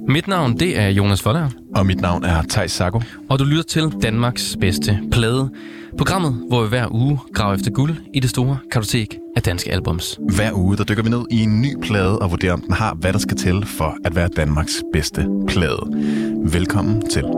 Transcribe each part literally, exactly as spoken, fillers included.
Mit navn, det er Jonas Folder. Og mit navn er Theis Sago. Og du lytter til Danmarks bedste plade. Programmet, hvor vi hver uge graver efter guld i det store kartotek af danske albums. Hver uge, der dykker vi ned i en ny plade og vurderer, om den har, hvad der skal til for at være Danmarks bedste plade. Velkommen til.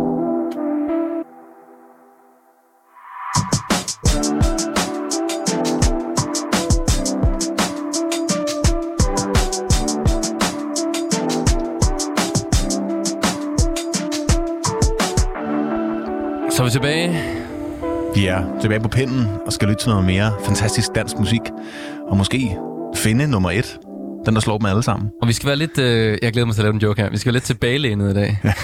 Så er vi tilbage. Vi er tilbage på pinden og skal lytte til noget mere fantastisk dansk musik. Og måske finde nummer et. Den, der slår dem alle sammen. Og vi skal være lidt... Øh, jeg glæder mig til at lave en joke her. Vi skal være lidt tilbagelænet i dag. Ja.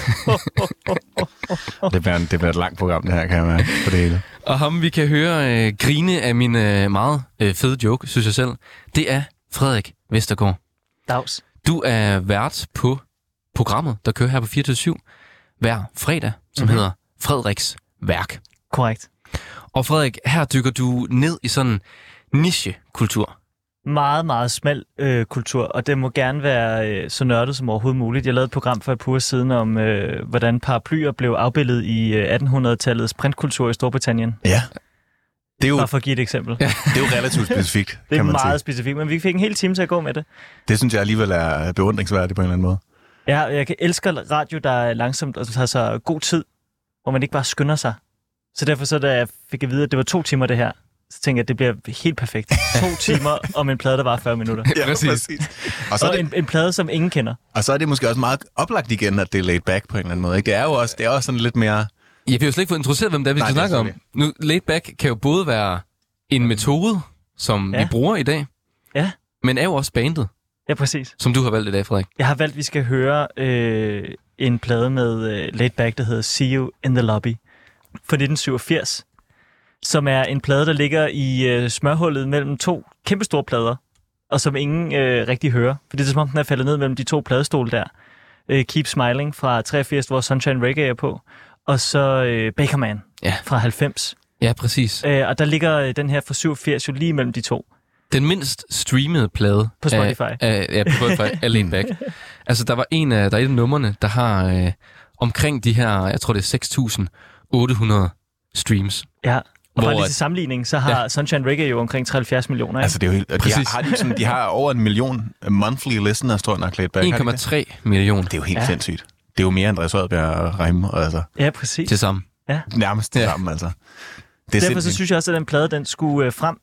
det, bliver en, det bliver et langt program, det her, kan jeg mærke på det hele. Og ham, vi kan høre øh, grine af min øh, meget øh, fede joke, synes jeg selv. Det er Frederik Vestergaard. Dags. Du er vært på programmet, der kører her på fireogtyve syv hver fredag, som mm-hmm. hedder Frederiks Værk. Korrekt. Og Frederik, her dykker du ned i sådan niche-kultur. Meget, meget smal øh, kultur, og det må gerne være øh, så nørdet som overhovedet muligt. Jeg lavede et program for et par uger siden om, øh, hvordan paraplyer blev afbildet i øh, attenhundredetallets printkultur i Storbritannien. Ja. Det er jo, bare for at give et eksempel. Ja. Det er jo relativt specifikt, det er kan man meget sige. specifikt, men vi fik en hel time til at gå med det. Det synes jeg alligevel er beundringsværdigt på en eller anden måde. Ja, jeg kan elske radio, der er langsomt og tager så god tid, hvor man ikke bare skynder sig. Så derfor, så da jeg fik at vide, at det var to timer det her, så tænkte jeg, at det bliver helt perfekt. To timer om en plade, der var fyrre minutter. Ja, præcis. præcis. Og, så og det, en, en plade, som ingen kender. Og så er det måske også meget oplagt igen, at det er laid back på en eller anden måde. Ikke? Det er jo også, det er også sådan lidt mere... Ja, vi har jo slet ikke fået introduceret, hvem det er, vi skal snakke om. Nu, laid back kan jo både være en metode, som ja. vi bruger i dag, ja. men er jo også bandet. Ja, præcis. Som du har valgt i dag, Frederik. Jeg har valgt, at vi skal høre øh, en plade med øh, laid back, der hedder See You in the Lobby fra nitten syvogfirs, som er en plade, der ligger i øh, smørhullet mellem to kæmpestore plader, og som ingen øh, rigtig hører. For det er som om, den er faldet ned mellem de to pladestole der. Øh, Keep Smiling fra treogfirs, hvor Sunshine Reggae er på, og så øh, Baker Man ja. fra halvfems. Ja, præcis. Øh, og der ligger øh, den her fra syvogfirs jo lige mellem de to. Den mindst streamede plade på Spotify. Af, af, ja, på Spotify er laid back. Altså, der var en af, der er et af numrene, der har øh, omkring de her, jeg tror det er seks tusind otte hundrede streams. Ja, og bare lige til sammenligning, så har ja. Sunshine Reggae jo omkring treoghalvfjerds millioner. Ikke? Altså, det er jo helt... De har, har, de, sådan, de har over en million monthly listeners, tror jeg nok, laid back. en komma tre millioner. Det er jo helt ja. sindssygt. Det er jo mere end Andreas Odbjerg og Reim, altså. Ja, præcis. Til sammen. Ja. Nærmest til ja. sammen, altså. Det Derfor så synes jeg også, at den plade, den skulle øh, frem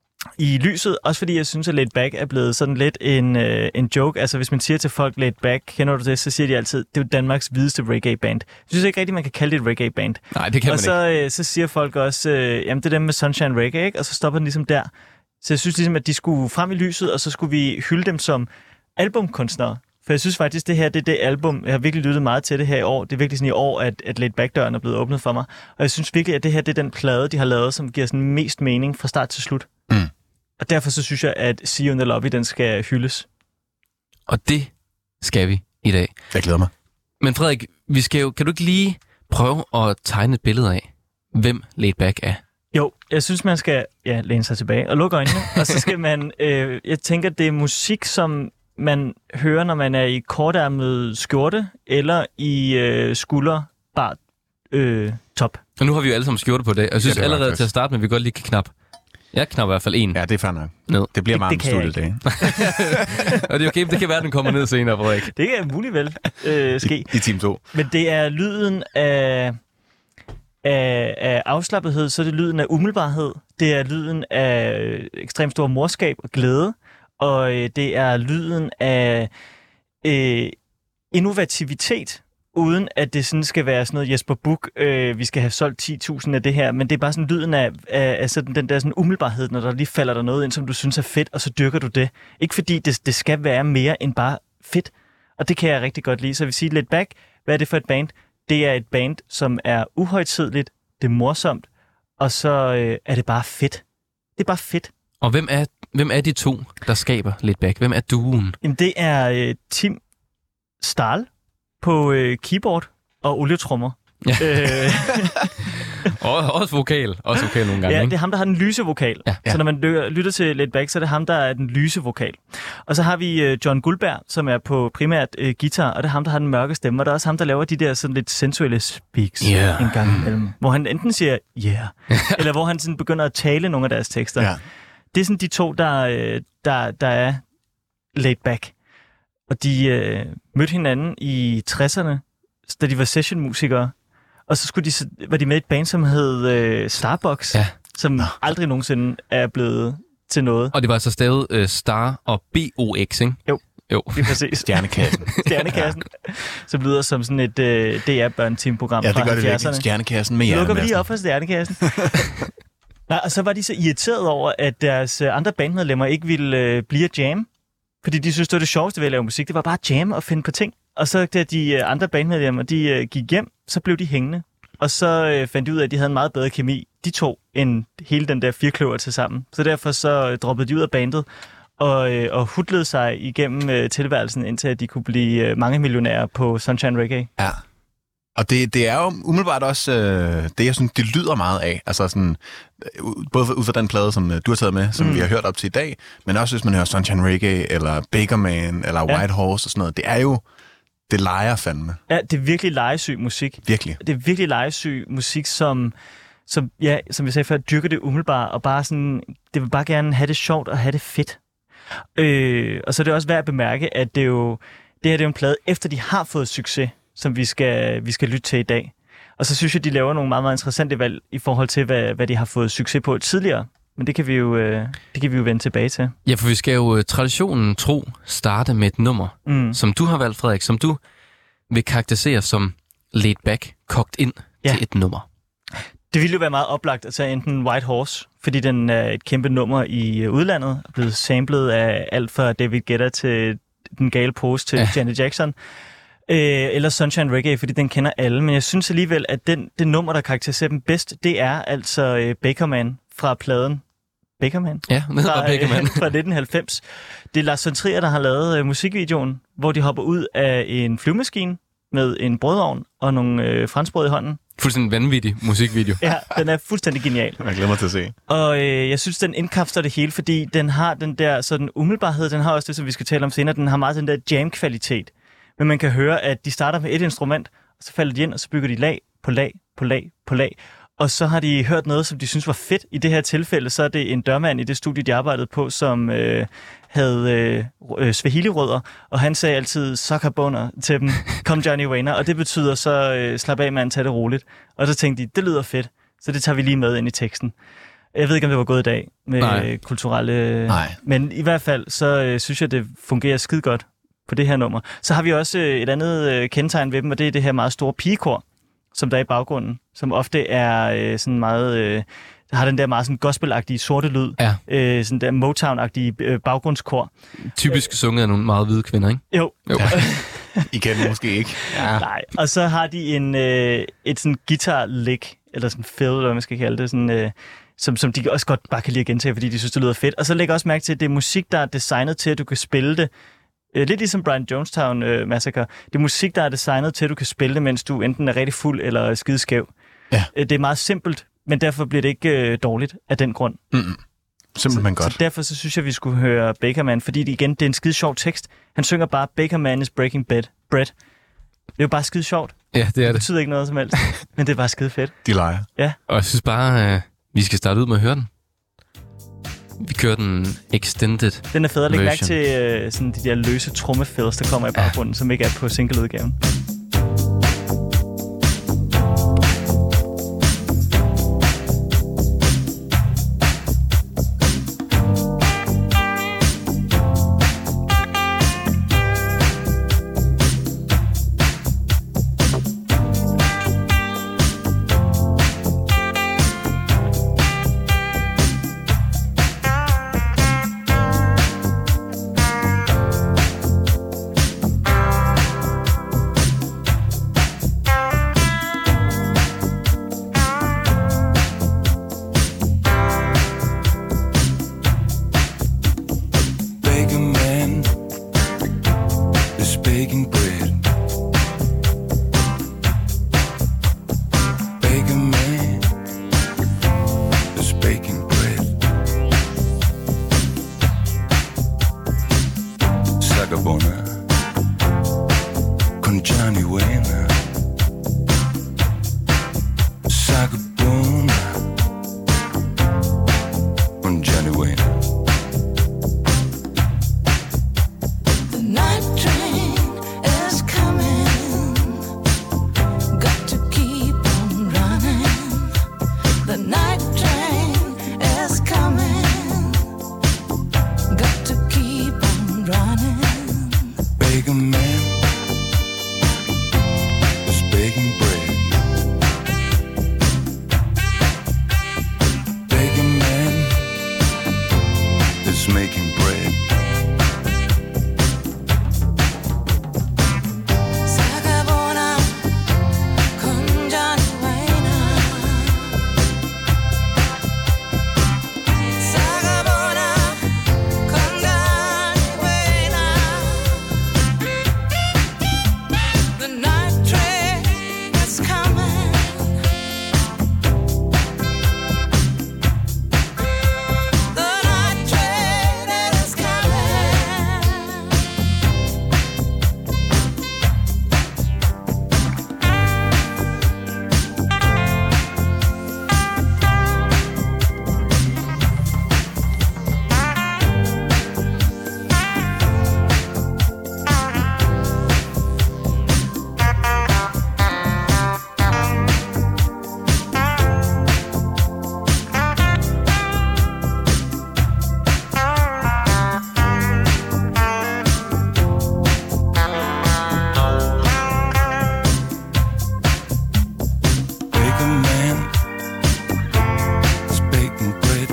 i lyset, også fordi jeg synes, at laid back er blevet sådan lidt en, øh, en joke. Altså, hvis man siger til folk laid back, kender du det, så siger de altid, det er jo Danmarks hvideste reggae-band. Jeg synes ikke rigtigt, man kan kalde det et reggae-band. Nej, det kan og man så, ikke. Øh, så siger folk også, øh, jamen det er dem med Sunshine Reggae, ikke? Og så stopper den ligesom der. Så jeg synes ligesom, at de skulle frem i lyset, og så skulle vi hylde dem som albumkunstnere. For jeg synes faktisk, det her det er det album, jeg har virkelig lyttet meget til det her i år. Det er virkelig sådan i år, at, at laid back-døren er blevet åbnet for mig. Og jeg synes virkelig, at det her det er den plade, de har lavet, som giver sådan mest mening fra start til slut. Mm. Og derfor så synes jeg, at See You in the Lobby, den skal hyldes. Og det skal vi i dag. Jeg glæder mig. Men Frederik, vi skal jo, kan du ikke lige prøve at tegne et billede af, hvem laid back er? Jo, jeg synes, man skal ja, læne sig tilbage og lukke øjnene. Og så skal man, øh, jeg tænker, det er musik, som man hører, når man er i kortærmet skjorte, eller i øh, skulderbar øh, top. Og nu har vi jo alle sammen skjorte på det, og jeg synes ja, allerede faktisk. til at starte med, at vi godt lige kan knap. Jeg knapper i hvert fald en. Ja, det er fair nok. Ned. Det bliver varmt studiet i dag. Og det er okay, det kan være, at den kommer ned senere, Frederik. Det kan muligt vel øh, ske. I, I time to. Men det er lyden af, af, af afslappethed, så er det lyden af umiddelbarhed. Det er lyden af ekstremt stor morskab og glæde. Og øh, det er lyden af øh, innovativitet, uden at det sådan skal være sådan noget Jesper Buch, øh, vi skal have solgt ti tusind af det her, men det er bare sådan lyden af, af, af sådan, den der sådan umiddelbarhed, når der lige falder der noget ind, som du synes er fedt, og så dyrker du det. Ikke fordi det, det skal være mere end bare fedt, og det kan jeg rigtig godt lide. Så jeg vil sige laid back, hvad er det for et band? Det er et band, som er uhøjtideligt, det er morsomt, og så øh, er det bare fedt. Det er bare fedt. Og hvem er, hvem er de to, der skaber laid back? Hvem er duoen? Jamen, det er øh, Tim Stahl på øh, keyboard og olietrommer. Ja. Øh, Og, også vokal. Også vokal nogle gange, Ja, ikke? det er ham, der har den lyse vokal. Ja. Så når man lytter, lytter til Laid Back, så er det ham, der er den lyse vokal. Og så har vi uh, John Guldberg, som er på primært uh, guitar, og det er ham, der har den mørke stemme. Og det er også ham, der laver de der sådan lidt sensuelle speaks Yeah. en gang imellem. Hvor han enten siger, yeah, eller hvor han sådan begynder at tale nogle af deres tekster. Ja. Det er sådan de to, der, øh, der, der er Laid Back. Og de øh, mødte hinanden i tresserne, da de var sessionmusikere. Og så skulle de, var de med i et band, som hed øh, Starbucks, Ja. som Nå. aldrig nogensinde er blevet til noget. Og det var så stadig uh, Star og B O X, ikke? Jo. Jo. Lige præcis. Stjernekassen. Stjernekassen. Som lyder som sådan et øh, D R-børneteam-program Ja, det fra gør det virkelig. halvfjerdserne. Stjernekassen med Nu lukker vi hjernen. lige op for Stjernekassen. Nej, og så var de så irriteret over, at deres øh, andre bandmedlemmer ikke ville øh, blive at jam. Fordi de synes, det var det sjoveste ved at lave musik. Det var bare at jamme og finde på ting. Og så da de øh, andre bandmedlemmer de, øh, gik hjem, så blev de hængende. Og så øh, fandt de ud af, at de havde en meget bedre kemi, de to, end hele den der firkløver til sammen. Så derfor så øh, droppede de ud af bandet og, øh, og hudlede sig igennem øh, tilværelsen, indtil at de kunne blive øh, mange millionærer på Sunshine Reggae. Ja. Og det, det er jo umiddelbart også øh, det, jeg synes, det lyder meget af. Altså sådan, øh, både ud fra den plade, som øh, du har taget med, som mm. vi har hørt op til i dag, men også hvis man hører Sunshine Reggae, eller Baker Man, eller Ja. White Horse og sådan noget. Det er jo, det leger fandme. Ja, det er virkelig legesyg musik. Virkelig. Det er virkelig legesyg musik, som, som, ja, som jeg sagde før, dyrker det umiddelbart, og bare sådan, det vil bare gerne have det sjovt og have det fedt. Øh, og så er det også værd at bemærke, at det er jo, det her det er jo en plade, efter de har fået succes, som vi skal, vi skal lytte til i dag. Og så synes jeg, de laver nogle meget, meget interessante valg i forhold til, hvad, hvad de har fået succes på tidligere. Men det kan vi jo, øh, det kan vi jo vende tilbage til. Ja, for vi skal jo uh, traditionen tro starte med et nummer, Mm. som du har valgt, Frederik, som du vil karakterisere som laid back, kogt ind Ja. til et nummer. Det ville jo være meget oplagt at tage enten White Horse, fordi den er et kæmpe nummer i øh, udlandet, og blevet samlet af alt fra David Guetta til Den Gale Pose til Ja. ja. Janet Jackson. Øh, eller Sunshine Reggae, fordi den kender alle. Men jeg synes alligevel, at den, det nummer, der karakteriserer dem bedst, det er altså øh, Baker Man fra pladen. Baker Man? Ja, ned Fra, var Baker Man. øh, fra nitten halvfems. Det er Lars von Trier, der har lavet øh, musikvideoen, hvor de hopper ud af en flyvemaskine med en brødovn og nogle øh, franskbrød i hånden. Fuldstændig vanvittig musikvideo. Ja, den er fuldstændig genial. Jeg glæder mig til at se. Og øh, jeg synes, den indkapsler det hele, fordi den har den der sådan umiddelbarhed, den har også det, som vi skal tale om senere, den har meget den der jam-kvalitet. Men man kan høre, at de starter med et instrument, og så falder de ind, og så bygger de lag på lag på lag på lag. Og så har de hørt noget, som de synes var fedt. I det her tilfælde, så er det en dørmand i det studie, de arbejdede på, som øh, havde øh, øh, Swahili-rødder, og han sagde altid, sokkerbunder til dem, kom Johnny Wayner, og det betyder så, øh, slap af mand, tag det roligt. Og så tænkte de, det lyder fedt, så det tager vi lige med ind i teksten. Jeg ved ikke, om det var gået i dag med Nej. kulturelle... Nej. Men i hvert fald, så øh, synes jeg, det fungerer skide godt på det her nummer. Så har vi også øh, et andet øh, kendetegn ved dem, og det er det her meget store pigekor, som der er i baggrunden, som ofte er øh, sådan meget... Øh, har den der meget sådan gospel-agtige sorte lyd, Ja. øh, sådan der Motown-agtige øh, baggrundskor. Typisk sunget af nogle meget hvide kvinder, ikke? Jo, Jo. Ja. Igen måske ikke. Ja. nej. Og så har de en, øh, et sådan guitar-lick, eller sådan fill, eller hvad man skal kalde det, sådan, øh, som, som de også godt bare kan lide at gentage, fordi de synes, det lyder fedt. Og så lægger også mærke til, at det er musik, der er designet til, at du kan spille det. Øh, lidt ligesom Brian Jonestown øh, Massacre. Det er musik, der er designet til, at du kan spille det, mens du enten er rigtig fuld eller skide skæv. Ja. Øh, det er meget simpelt, men derfor bliver det ikke øh, dårligt af den grund. Mm-mm. Simpelthen så, godt. Så derfor så synes jeg, vi skulle høre Baker Man, fordi det, igen, det er en skide sjov tekst. Han synger bare, Baker Man is breaking bed, bread. Det er jo bare skide sjovt. Ja, det er Det det. betyder ikke noget som helst, men det er bare skide fedt. De leger. Og jeg synes bare, øh, vi skal starte ud med at høre den. Vi kører den extended. Den er fed at lægge mærke Version. til øh, sådan de der løse trommefælder, der kommer i baggrunden, ja. Som ikke er på singleudgaven. con Johnny Wayne. Sagabona con Johnny Wayne. The night train is coming. Got to keep on running. The night train is coming. Got to keep on running. Bigger man is baking bread. Bigger man is making bread. Sagabona con Johnny Wayne. Sagabona con Johnny Wayne. The night train is coming. The night train is coming. Bigger man is baking bread.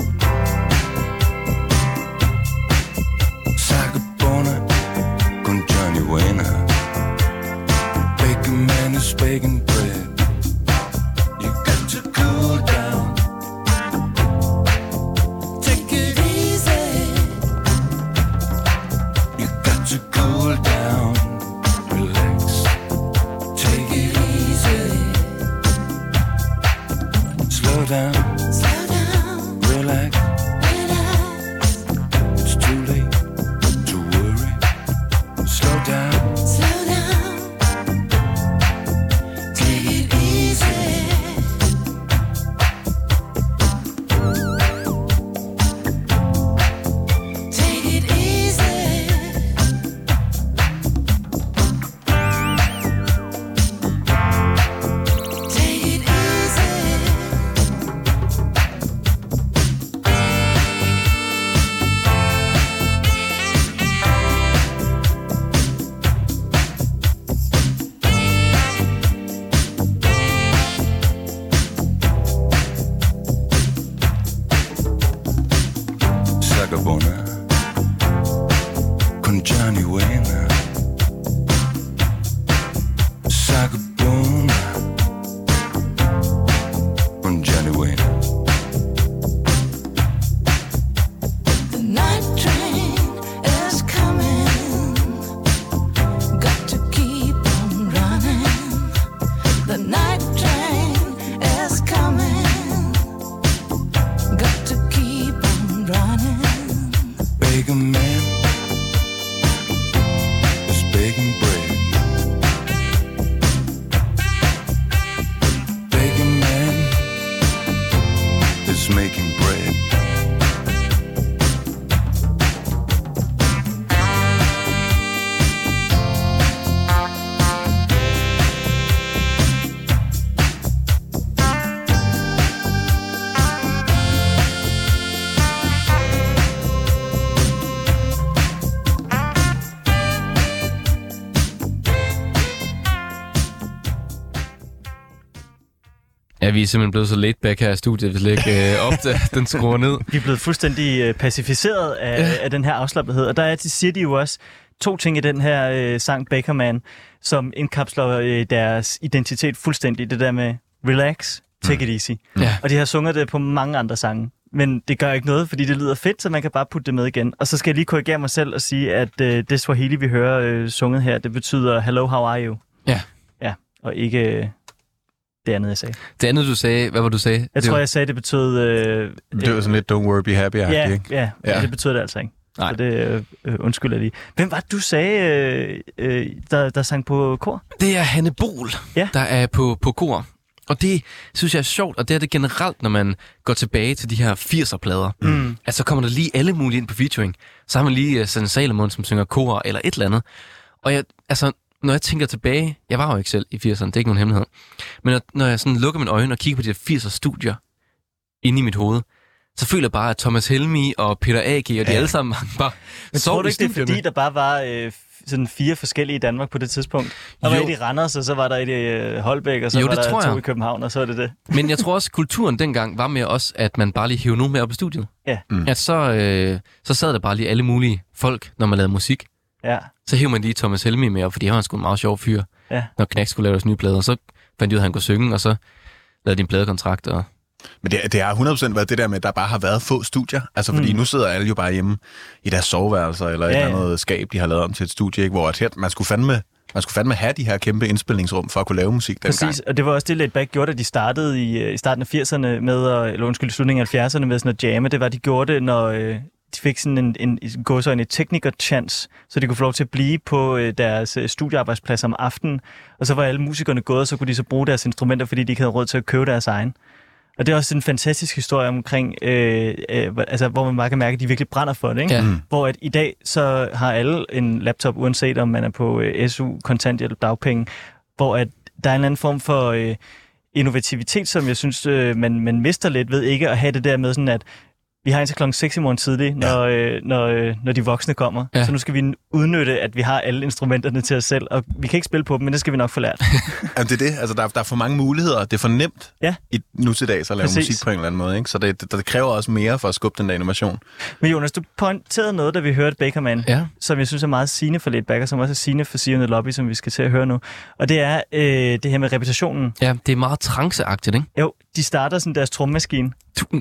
Sagabona con Johnny Wayne. Bigger man is baking bread. You got to cool down. Take it easy. You got to cool down. Relax. Take it easy. Slow down. Slow down. Relax. Relax. It's too late to worry. Slow down. Slow down. Take it easy. Take it easy. Take it easy. Sagabona con Johnny Wayne. Sagabona con Johnny Wayne. The night train is coming. Got to keep on running. The night train is coming. Got to keep on running. Bigger man is baking bread. Bigger man is making bread. Ja, vi er simpelthen blevet så laid back her i studiet, hvis ikke øh, op til, den skruer ned. Vi er blevet fuldstændig øh, pacificeret af, ja. af den her afslappethed. Og der er, siger de jo også to ting i den her øh, sang Baker Man, som indkapsler øh, deres identitet fuldstændig. Det der med relax, take mm. it easy. Ja. Og de har sunget det på mange andre sange. Men det gør ikke noget, fordi det lyder fedt, så man kan bare putte det med igen. Og så skal jeg lige korrigere mig selv og sige, at øh, det Swahili, vi hører øh, sunget her, det betyder hello, how are you? Ja. Ja, og ikke øh, det andet, jeg sagde. Det andet, du sagde, hvad var du sagde? Jeg det tror, var... jeg sagde, det betød... Øh, Det var sådan lidt don't worry, be happy, ja, ikke? ja, Ja. ja, det betyder det altså ikke. Nej. Så det øh, øh, undskylder jeg lige. Hvem var det, du sagde, øh, øh, der, der sang på kor? Det er Hanne Bol, Ja. der er på, på kor. Og det synes jeg er sjovt, og det er det generelt, når man går tilbage til de her firser-plader. Mm. Altså, så kommer der lige alle mulige ind på featuring. Så har man lige uh, Sanne Salomon, som synger kor eller et eller andet. Og jeg, altså, når jeg tænker tilbage, jeg var jo ikke selv i firserne, det er ikke nogen hemmelighed. Men når, når jeg sådan lukker mine øjne og kigger på de her firser-studier inde i mit hoved, så føler jeg bare, at Thomas Helmig og Peter A G og de Ja. alle sammen bare Men sov tror du i ikke, det er studierne. fordi, der bare var øh, sådan fire forskellige i Danmark på det tidspunkt? Der var Jo. et i Randers, og så var der et i øh, Holbæk, og så Jo, var det der tror to jeg. i København, og så er det det. Men jeg tror også, at kulturen dengang var med også, at man bare lige hævde nogen med op i studiet. Ja. Mm. At så, øh, så sad der bare lige alle mulige folk, når man lavede musik. Ja. Så hævde man lige Thomas Helmig med op, fordi han var sgu en meget sjov fyr, Ja. når Knæk skulle lave deres nye plader. Så fandt de ud af, at han kunne synge, og så lavede de en pladekontrakt. Og... Men det, det har hundrede procent været det der med, at der bare har været få studier. Altså, fordi mm. nu sidder alle jo bare hjemme i deres soveværelser, eller Ja, et ja. eller andet skab, de har lavet om til et studie, ikke? Hvor at her, man, skulle fandme, man skulle fandme have de her kæmpe indspilningsrum for at kunne lave musik dengang. Præcis, og det var også det, Laid Back gjorde, da de startede i, øh, i starten af firserne med, at- eller undskyld, i slutningen af halvfjerdserne med sådan at jamme. Det var, de gjorde det, når øh, de fik sådan en, en, en gåsøjne tekniker-chance, så de kunne få lov til at blive på øh, deres øh, studiearbejdsplads om aftenen. Og så var alle musikerne gået, og så kunne de så bruge deres instrumenter, fordi de ikke havde råd til at købe deres egen. Og det er også en fantastisk historie omkring, øh, øh, altså, hvor man bare kan mærke, at de virkelig brænder for det. Ikke? Ja. Mm. Hvor at i dag, så har alle en laptop, uanset om man er på øh, S U, kontanthjælp, dagpenge, hvor at der er en eller anden form for øh, innovativitet, som jeg synes, øh, man, man mister lidt ved ikke at have det der med sådan, at vi har indtil klokken seks i morgen tidlig, når, øh, når, øh, når de voksne kommer. Ja. Ja. Så nu skal vi udnytte, at vi har alle instrumenterne til os selv, og vi kan ikke spille på dem, men det skal vi nok få lært. Jamen, det er det. Altså, der, er- der er for mange muligheder. Det er for nemt Ja. i, nu til dags at lave Præcis. musik på en eller anden måde. Ikke? Så det, det, det kræver også mere for at skubbe den der innovation. Men Jonas, du pointerede noget, da vi hørte Bakerman, Ja. som jeg synes er meget sigende for Laid Back, og som også er sigende for Sea on the Lobby, som vi skal til at høre nu. Og det er øh, det her med repetitionen. ja, det er meget tranceagtigt, ikke? Jo, de starter sådan deres trommemaskine,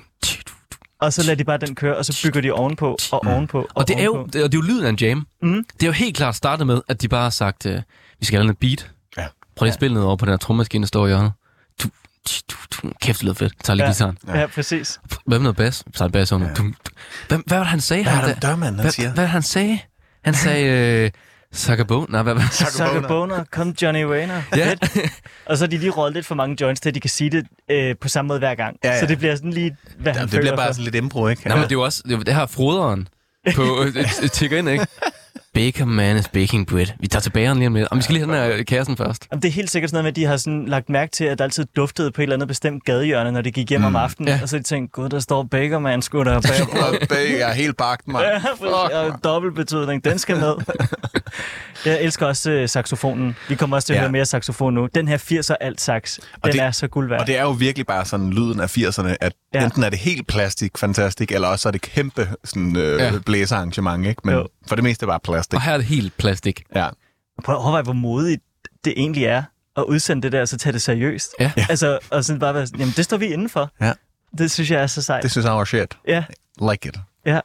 og så lader de bare den køre, og så bygger de ovenpå og ovenpå og, Og det er jo, ovenpå. det, og det er jo lyden af en jam. Mm. Det er jo helt klart startet med, at de bare har sagt, øh, vi skal have noget beat. Ja. Prøv lige at spille noget over på den her trommemaskine, der står i hjørnet. Du, du, du, kæft, det lyder fedt. Tag lige Ja. gitaren. Ja, præcis. Hvad med noget bass? Så er det bass under. Ja. Hvad, hvad var det, han sagde? Hvad han, er det, dørmanden, han hvad, siger? hvad han sagde? Han sagde, øh, Sakabone? Nej, hvad var det? Sucker Boner, kom Johnny Wayner. Ja. Og så har de lige røget lidt for mange joints til, at de kan sige det øh, på samme måde hver gang. Ja, ja. Så det bliver sådan lige, hvad han Det føler bliver bare for. sådan lidt impro, ikke? Nej, men det er jo også det, er jo det her froderen på øh, øh, tigger ind, ikke? Baker man is baking bread. Vi tager tilbage lige om lidt. Og vi skal lige have den her kassen først. Jamen, det er helt sikkert sådan noget med, at de har sådan lagt mærke til, at der altid duftede på et eller andet bestemt gadehjørne, når de gik hjem mm. om aftenen. Ja. Og så har de tænkt, gud, der står Bakerman sgu der bag. Og bag, jeg er helt bagt, mand. Ja, præcis. Og dobbelt betydning. Den skal med. Jeg elsker også øh, saxofonen. Vi kommer også til at Ja. høre mere saxofon nu. Den her firser alt sax, den det- er så guld værd. Og det er jo virkelig bare sådan lyden af firserne, at Ja. ja. enten er det helt plastik, fantastisk, eller også er det kæmpe sådan, øh, Ja. ja. blæsearrangement, ikke? Men Jo. for det meste bare plastik. Og her er det helt plastik. Ja. Prøv at overveje, hvor modigt det egentlig er at udsende det der, og så tage det seriøst. Ja. Ja. Altså, og sådan bare være sådan, jamen det står vi indenfor. Ja. Det synes jeg er så sejt. Det synes jeg var shit. Ja, Like it. ja.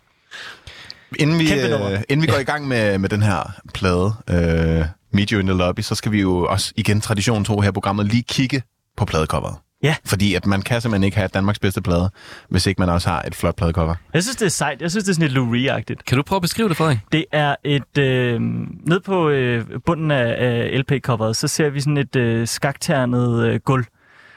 Inden vi, Kæmpe nummer. øh, inden vi går i gang med, med den her plade, øh, Meet You in the Lobby, så skal vi jo også igen tradition tro her i programmet lige kigge på pladecoveret. Ja. Fordi at man kan simpelthen ikke have Danmarks bedste plade, hvis ikke man også har et flot pladecover. Jeg synes, det er sejt. Jeg synes, det er sådan lidt Lou Reed-agtigt. Kan du prøve at beskrive det, Frederik? Det er et... Øh, ned på øh, bunden af, af L P-coveret, så ser vi sådan et øh, skakternet øh, gulv.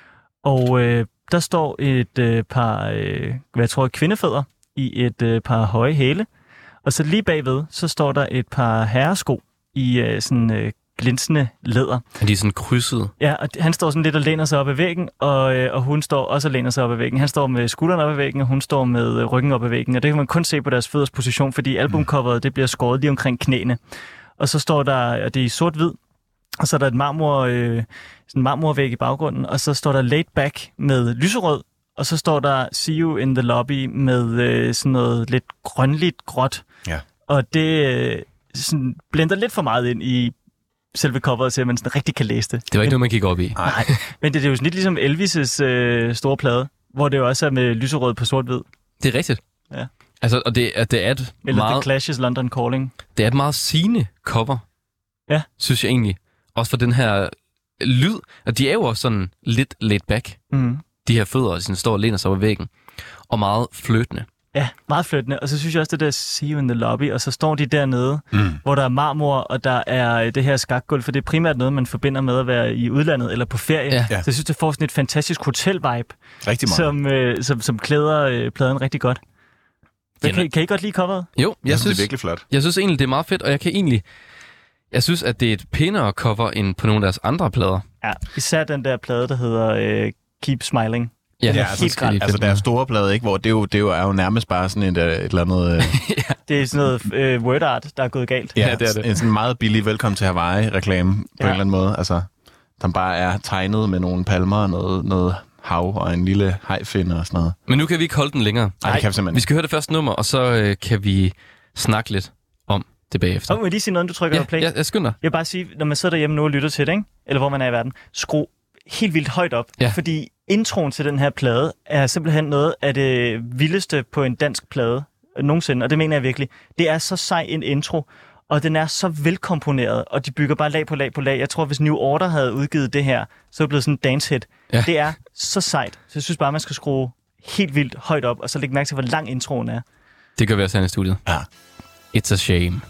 Og øh, der står et øh, par, øh, hvad jeg tror er kvindefødder, i et øh, par høje hæle. Og så lige bagved, så står der et par herresko i øh, sådan øh, glinsende læder. Er de sådan krydset? Ja, og han står sådan lidt og læner sig op ad væggen, og, øh, og hun står også og læner sig op ad væggen. Han står med skulderen op ad væggen, og hun står med øh, ryggen op ad væggen. Og det kan man kun se på deres fødders position, fordi albumcoveret det bliver skåret lige omkring knæene. Og så står der, og det er i sort-hvid, og så er der et marmor, øh, sådan en marmorvæg i baggrunden, og så står der Laid Back med lyserød, og så står der See You in the Lobby med øh, sådan noget lidt grønligt gråt. Ja. Og det øh, sådan blender lidt for meget ind i selve coveret, så man sådan rigtig kan læse det. Det var ikke noget, man gik op i. Nej, men det er jo sådan lidt ligesom Elvis' øh, store plade, hvor det jo også er med lyserød på sort-hvid. Det er rigtigt. Ja. Altså, og det, er- det er et Eller meget... The Clash's London Calling. Det er et meget sigende cover. Ja. Synes jeg egentlig. Også for den her lyd. Og de er jo også sådan lidt laid back. Mm. De her fødder, der sådan står og læner sig over væggen. Og meget fløtende. Ja, meget flyttende. Og så synes jeg også, det der See You in the Lobby, og så står de dernede, mm. hvor der er marmor, og der er det her skakgulv, for det er primært noget, man forbinder med at være i udlandet eller på ferie. Ja. Så jeg synes, det får sådan et fantastisk hotel-vibe, Rigtig meget. som, øh, som, som klæder øh, pladen rigtig godt. Men, kan, kan I godt lide coveret? Jo, jeg, Jeg synes, synes, det er virkelig flot. jeg synes egentlig, det er meget fedt, og jeg kan egentlig... Jeg synes, at det er et pænere cover end på nogle af deres andre plader. Ja, især den der plade, der hedder øh, Keep Smiling. Ja, Den er altså, helt grelt. Altså, der er store plade, ikke? Hvor det er jo, det er jo, er jo nærmest bare sådan et, et eller andet... Øh, Det er sådan noget øh, word art, der er gået galt. Ja, det er det. En sådan meget billig Velkommen til Hawaii-reklame på Ja. en eller anden måde. Altså, som bare er tegnet med nogle palmer og noget, noget hav og en lille hajfinde og sådan noget. Men nu kan vi ikke holde den længere. Nej, det kan vi simpelthen Vi skal høre det første nummer, og så øh, kan vi snakke lidt om det bagefter. Så må jeg lige sige noget, inden du trykker Ja, på play. ja, jeg skynder. Jeg vil bare sige, når man sidder derhjemme nu og lytter til det, ikke? Eller hvor man er i verden, skru helt vildt højt op. Ja. Fordi introen til den her plade er simpelthen noget af det vildeste på en dansk plade nogensinde, og det mener jeg virkelig. Det er så sej en intro, og den er så velkomponeret, og de bygger bare lag på lag på lag. Jeg tror, hvis New Order havde udgivet det her, så er det blevet sådan en dance hit. Ja. Det er så sejt, så jeg synes bare, man skal skrue helt vildt højt op, og så lægge mærke til, hvor lang introen er. Det gør vi også her i studiet. Ja. It's a shame.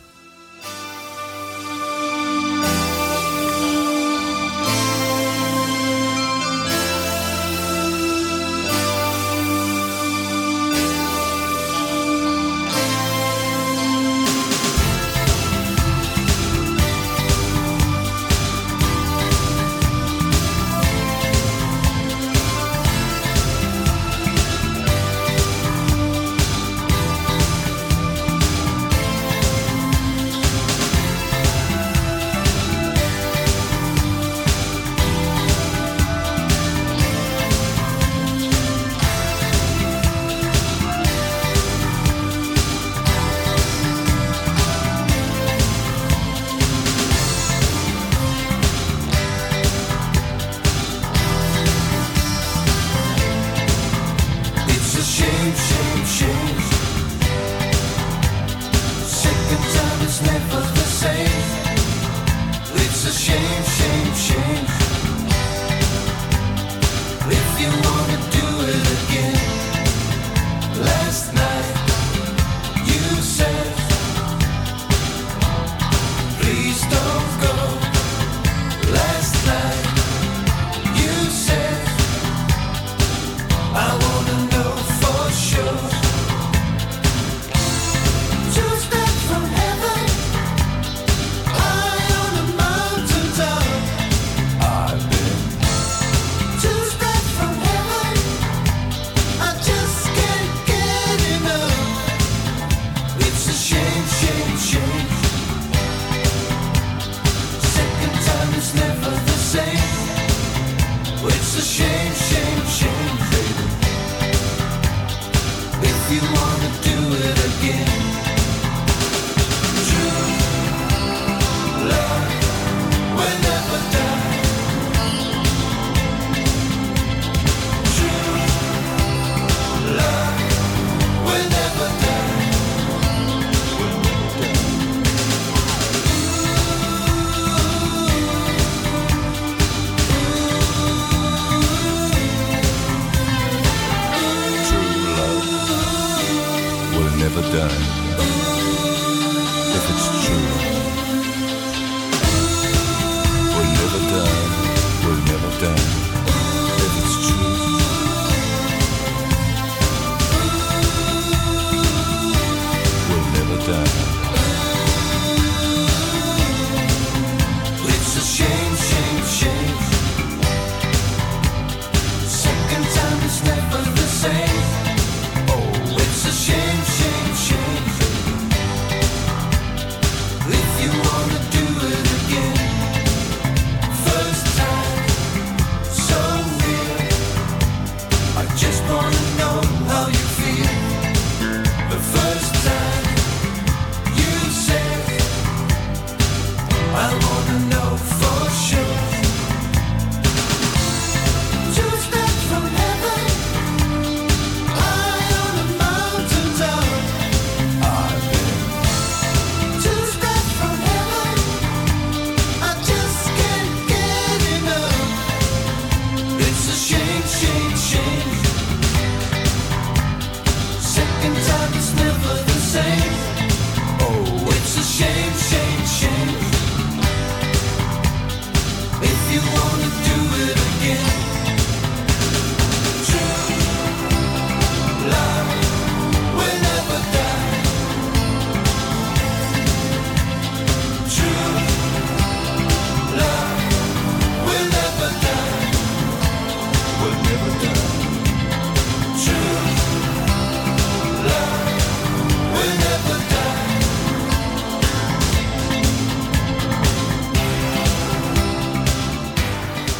It's a shame, shame, shame. Second time is never the same. It's a shame, shame, shame. If you wanna do it again. Last night you said, please don't go. Last night you said, I wanna know for sure. Two steps from heaven, high on a mountain top. I've been two steps from heaven, I just can't get enough. It's a shame, shame, shame. Second time is never the same. It's a shame, shame, shame, baby. If you wanna do it again. True love will never die. True love will never die. True love will never die. If it's true, will never die, will never die. If it's true, will never die. It's a shame, shame, shame. Second time is never the same. Oh, it's a shame, shame, shame.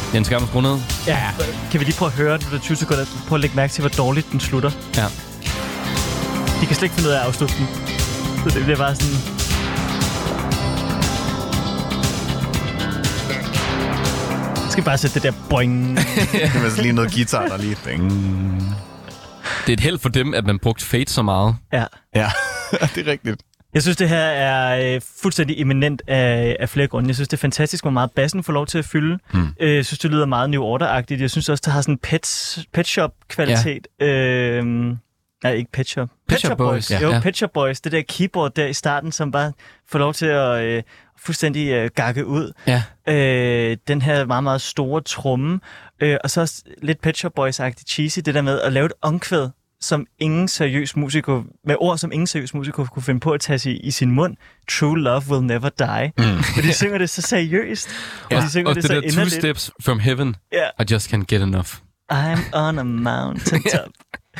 Den skal man skrue ned. Ja. Kan vi lige prøve at høre det, tyve sekunder? Prøv at lægge mærke til, hvor dårligt den slutter. Ja. De kan slet ikke finde ud af at afslutte den. Så det bliver bare sådan... Jeg skal bare sætte det der boing. Det er lige noget guitar, der lige... Bing. Det er et held for dem, at man brugte Fate så meget. Ja. Ja, det er rigtigt. Jeg synes, det her er øh, fuldstændig eminent af, af flere grunde. Jeg synes, det er fantastisk, hvor meget bassen får lov til at fylde. Mm. Øh, jeg synes, det lyder meget New Order-agtigt. Jeg synes også, det har sådan en pet, pet shop-kvalitet. Ja. Øh, nej, ikke Pet Shop. Pet Shop Boys. Ja. Jo, Ja. Pet Shop Boys. Det der keyboard der i starten, som bare får lov til at øh, fuldstændig øh, gakke ud. Ja. Øh, den her meget, meget store tromme. Øh, og så også lidt Pet Shop Boys-agtigt cheesy, det der med at lave et omkvæd, som ingen seriøs musiker, med ord, som ingen seriøs musiker kunne finde på at tage i, i sin mund. True love will never die. Mm. For de synger det så seriøst. Ja. Og de synger Og det, det så der two inderligt. steps from heaven, Ja. I just can't get enough. I'm on a mountain top.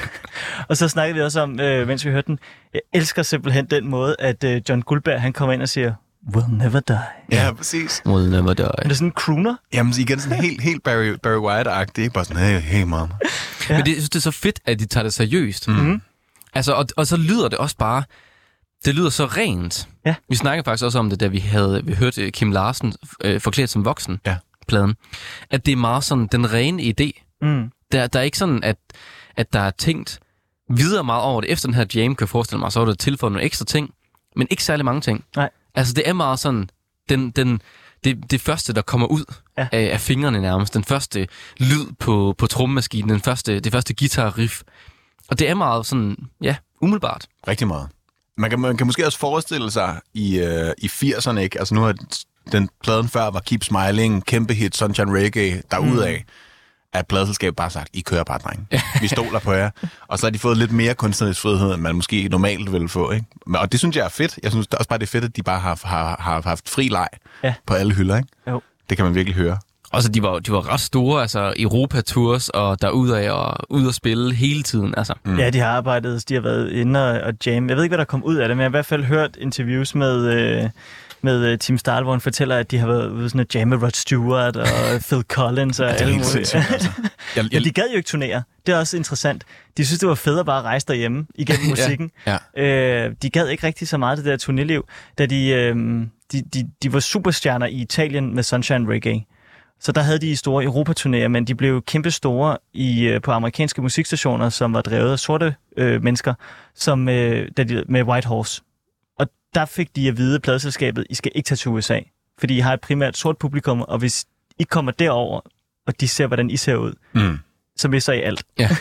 Og så snakkede vi også om, øh, mens vi hørte den, jeg elsker simpelthen den måde, at øh, John Guldberg, han kommer ind og siger, will never die. Ja, præcis. Will never die. Det er sådan en crooner. Jamen igen sådan helt, helt Barry, Barry White-agtigt. Ikke bare sådan, hey, hey mama. Ja. Men det, jeg synes, det er så fedt, at de tager det seriøst. Mm. Altså, og, og så lyder det også bare... Det lyder så rent. Ja. Vi snakkede faktisk også om det, da vi havde vi hørte Kim Larsen øh, forklædt som voksen, Ja. pladen. At det er meget sådan den rene idé. Mm. Der, der er ikke sådan, at, at der er tænkt videre meget over det. Efter den her jam, kan jeg forestille mig, så er der tilføjet nogle ekstra ting, men ikke særlig mange ting. Nej. Altså, det er meget sådan... Den, den, det, det første, der kommer ud Ja. ja. af, af fingrene nærmest. Den første lyd på, på trommemaskinen. Den første, det første guitar-riff. Og det er meget sådan, ja, umiddelbart. Rigtig meget. Man kan, man kan måske også forestille sig i, øh, i firserne, ikke? Altså nu har den pladen før var Keep Smiling, kæmpe hit, Sunshine Reggae, derudaf, mm. at pladeselskabet bare sagt, I kører bare, dreng. Vi stoler på jer. Og så har de fået lidt mere kunstnerisk frihed, end man måske normalt ville få, ikke? Og det synes jeg er fedt. Jeg synes også bare, det er fedt, at de bare har, har, har haft fri leg Ja. på alle hylder, ikke? Jo. Det kan man virkelig høre. Og så de var, de var ret store, altså Europa-tours, og derudaf og ud at spille hele tiden, altså. Mm. Ja, de har arbejdet, de har været inde og, og jam. Jeg ved ikke, hvad der kom ud af det, men jeg har i hvert fald hørt interviews med, øh, med uh, Tim Stahl, hvor han fortæller, at de har været ude sådan at jamme med Rod Stewart og Phil Collins og Det er alle helt mulige. sindssygt, altså. Jeg, Men de gad jo ikke turnere. Det er også interessant. De synes, det var fedt at bare rejse derhjemme igennem musikken. ja. Øh, de gad ikke rigtig så meget det der turnéliv, da de, øh, de, de, de var superstjerner i Italien med Sunshine Reggae. Så der havde de store Europaturnéer, men de blev kæmpe store i, øh, på amerikanske musikstationer, som var drevet af sorte øh, mennesker, som, øh, da de, med White Horse. Og der fik de at vide af pladeselskabet, I skal ikke tage til U S A, fordi I har et primært sort publikum, og hvis I kommer derover, og de ser, hvordan I ser ud, Mm. så misser I alt. Ja.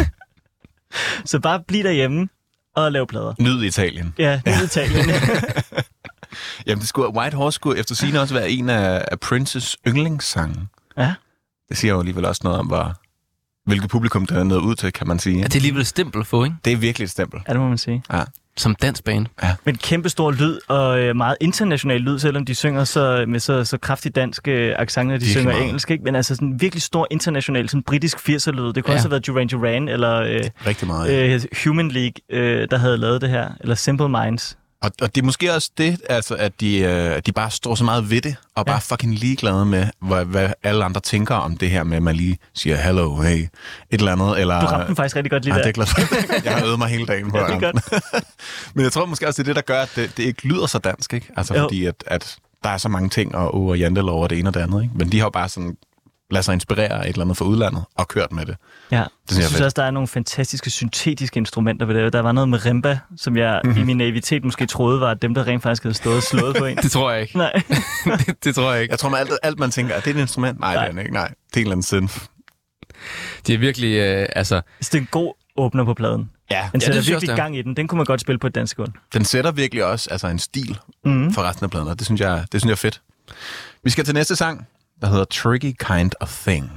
Så bare bliv derhjemme og lav plader. Nyd Italien. Ja, det er Italien. Jamen, det skulle, White Horse skulle efter sigende også være en af, af Princes yndlingssange. Ja. Det siger jo alligevel også noget om, hvor, hvilket publikum der er nået ud til, kan man sige. Ja, det er alligevel et stempel at få, ikke? Det er virkelig et stempel. Ja, det må man sige. Ja. Som dansk band. Men kæmpe stor lyd og øh, meget international lyd, selvom de synger så, med så, så kraftig dansk øh, accent, når de Virkelig synger meget. engelsk. Ikke? Men altså sådan virkelig stor international, sådan britisk firser-lyd. Det kunne Ja. også have været Duran Duran eller øh, Rigtig meget. Ja. øh, Human League, øh, der havde lavet det her. Eller Simple Minds. Og, og det er måske også det, altså, at de, øh, de bare står så meget ved det, og bare Ja. fucking ligeglade med, hvad, hvad alle andre tænker om det her med, at man lige siger, hello, hey, et eller andet. Eller, Du ramte den faktisk rigtig godt lige Nej, der. det er klart. Jeg har øvet mig hele dagen på Ja, at det er ramme den. Men jeg tror måske også, det er det, der gør, at det, det ikke lyder så dansk, ikke? Altså Jo. fordi, at, at der er så mange ting, og, og jantelov og det ene og det andet, ikke? Men de har jo bare sådan, lader sig inspirere af et eller andet fra udlandet, og kørt med det. Ja, synes jeg jeg er synes fedt. også, der er nogle fantastiske syntetiske instrumenter ved det. Der var noget med rimba, som jeg Mhm. mm-hmm. i min naivitet måske troede var dem, der rent faktisk havde stået og slået på en. Det tror jeg ikke. Nej. det, det tror jeg ikke. Jeg tror, man alt, alt man tænker, er det et instrument? Nej, Nej. det er det ikke. Nej, det er en eller anden synth. Det er virkelig, øh, altså... Så det er en god åbner på pladen. Ja, Den sætter det synes jeg virkelig også, det er. gang i den. Den kunne man godt spille på et dansk gulv. den sætter virkelig også altså en stil Mm. for resten af pladen, og det synes jeg, det synes jeg er fedt. Vi skal til næste sang, der hedder Tricky Kind of Thing.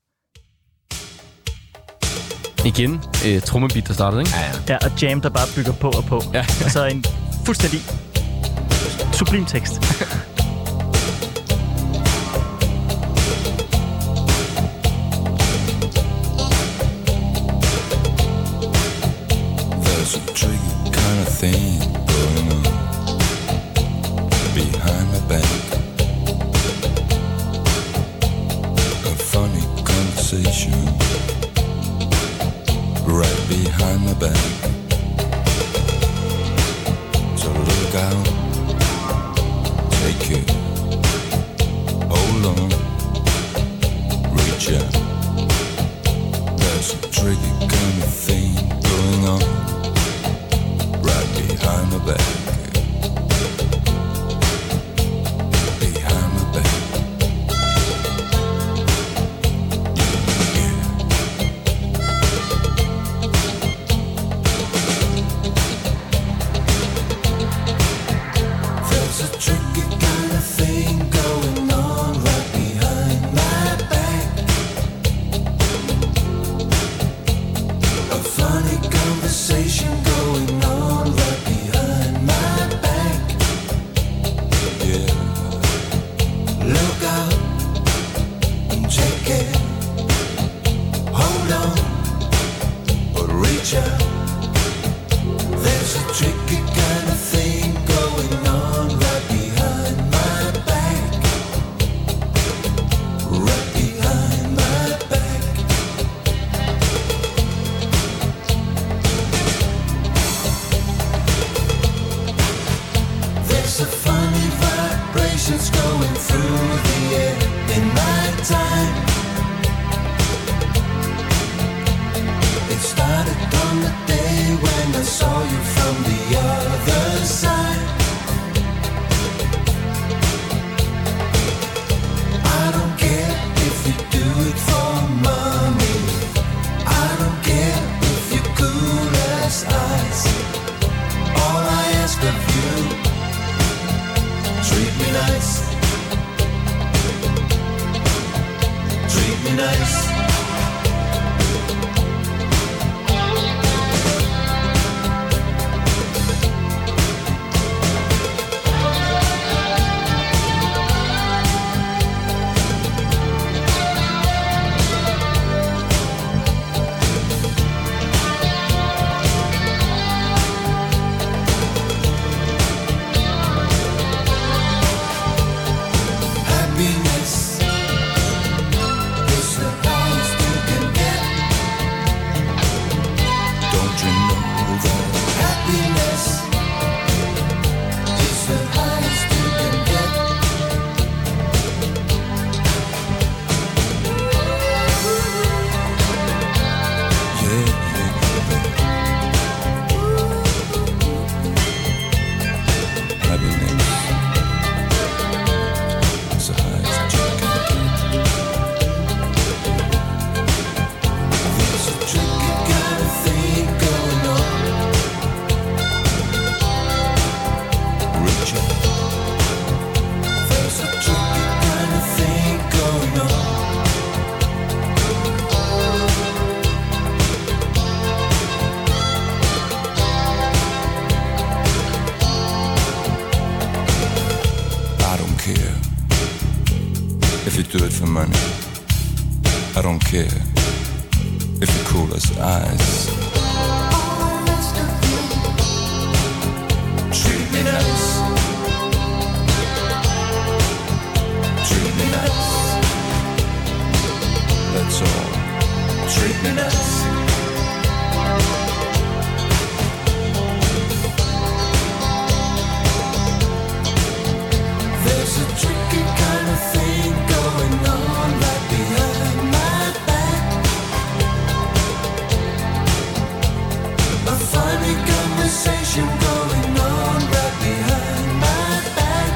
Igen, øh, trommebeat, der startede, ikke? Ja, ja. Ja, og jam, der bare bygger på og på. Ja. Og så en fuldstændig sublim tekst. There's a tricky kind of thing going on behind my back. A conversation right behind my back. So look out, take it, hold on, reach out. There's a tricky kind of thing going on right behind my back. Behind my back. There's a tricky kind of thing going on right behind my back. A funny conversation going on right behind my back. Yeah. Look out and check it. Hold on, but reach out. There's a tricky kind of thing going on right behind my back. Right behind my back. There's a funny vibrations going through the air in my time. It started on the day when I saw you from the other side. I don't care if you do it for money. I don't care if you're cool as ice. All I ask of you, treat me nice. Treat me nice. Happiness is the highest you can get. Don't you know that? Happiness is the highest you can get. Yeah, yeah, yeah. Happiness. It's the highest you can get. There's a tricky kind of thing going on. Reach out. There's a tricky kind of thing going on. I don't care if you do it for money. I don't care if you're cool as ice. Treat me nice. Treat me nice. That's all. Treat me nice. There's a tricky kind of thing going on right behind my back. A funny conversation going on right behind my back.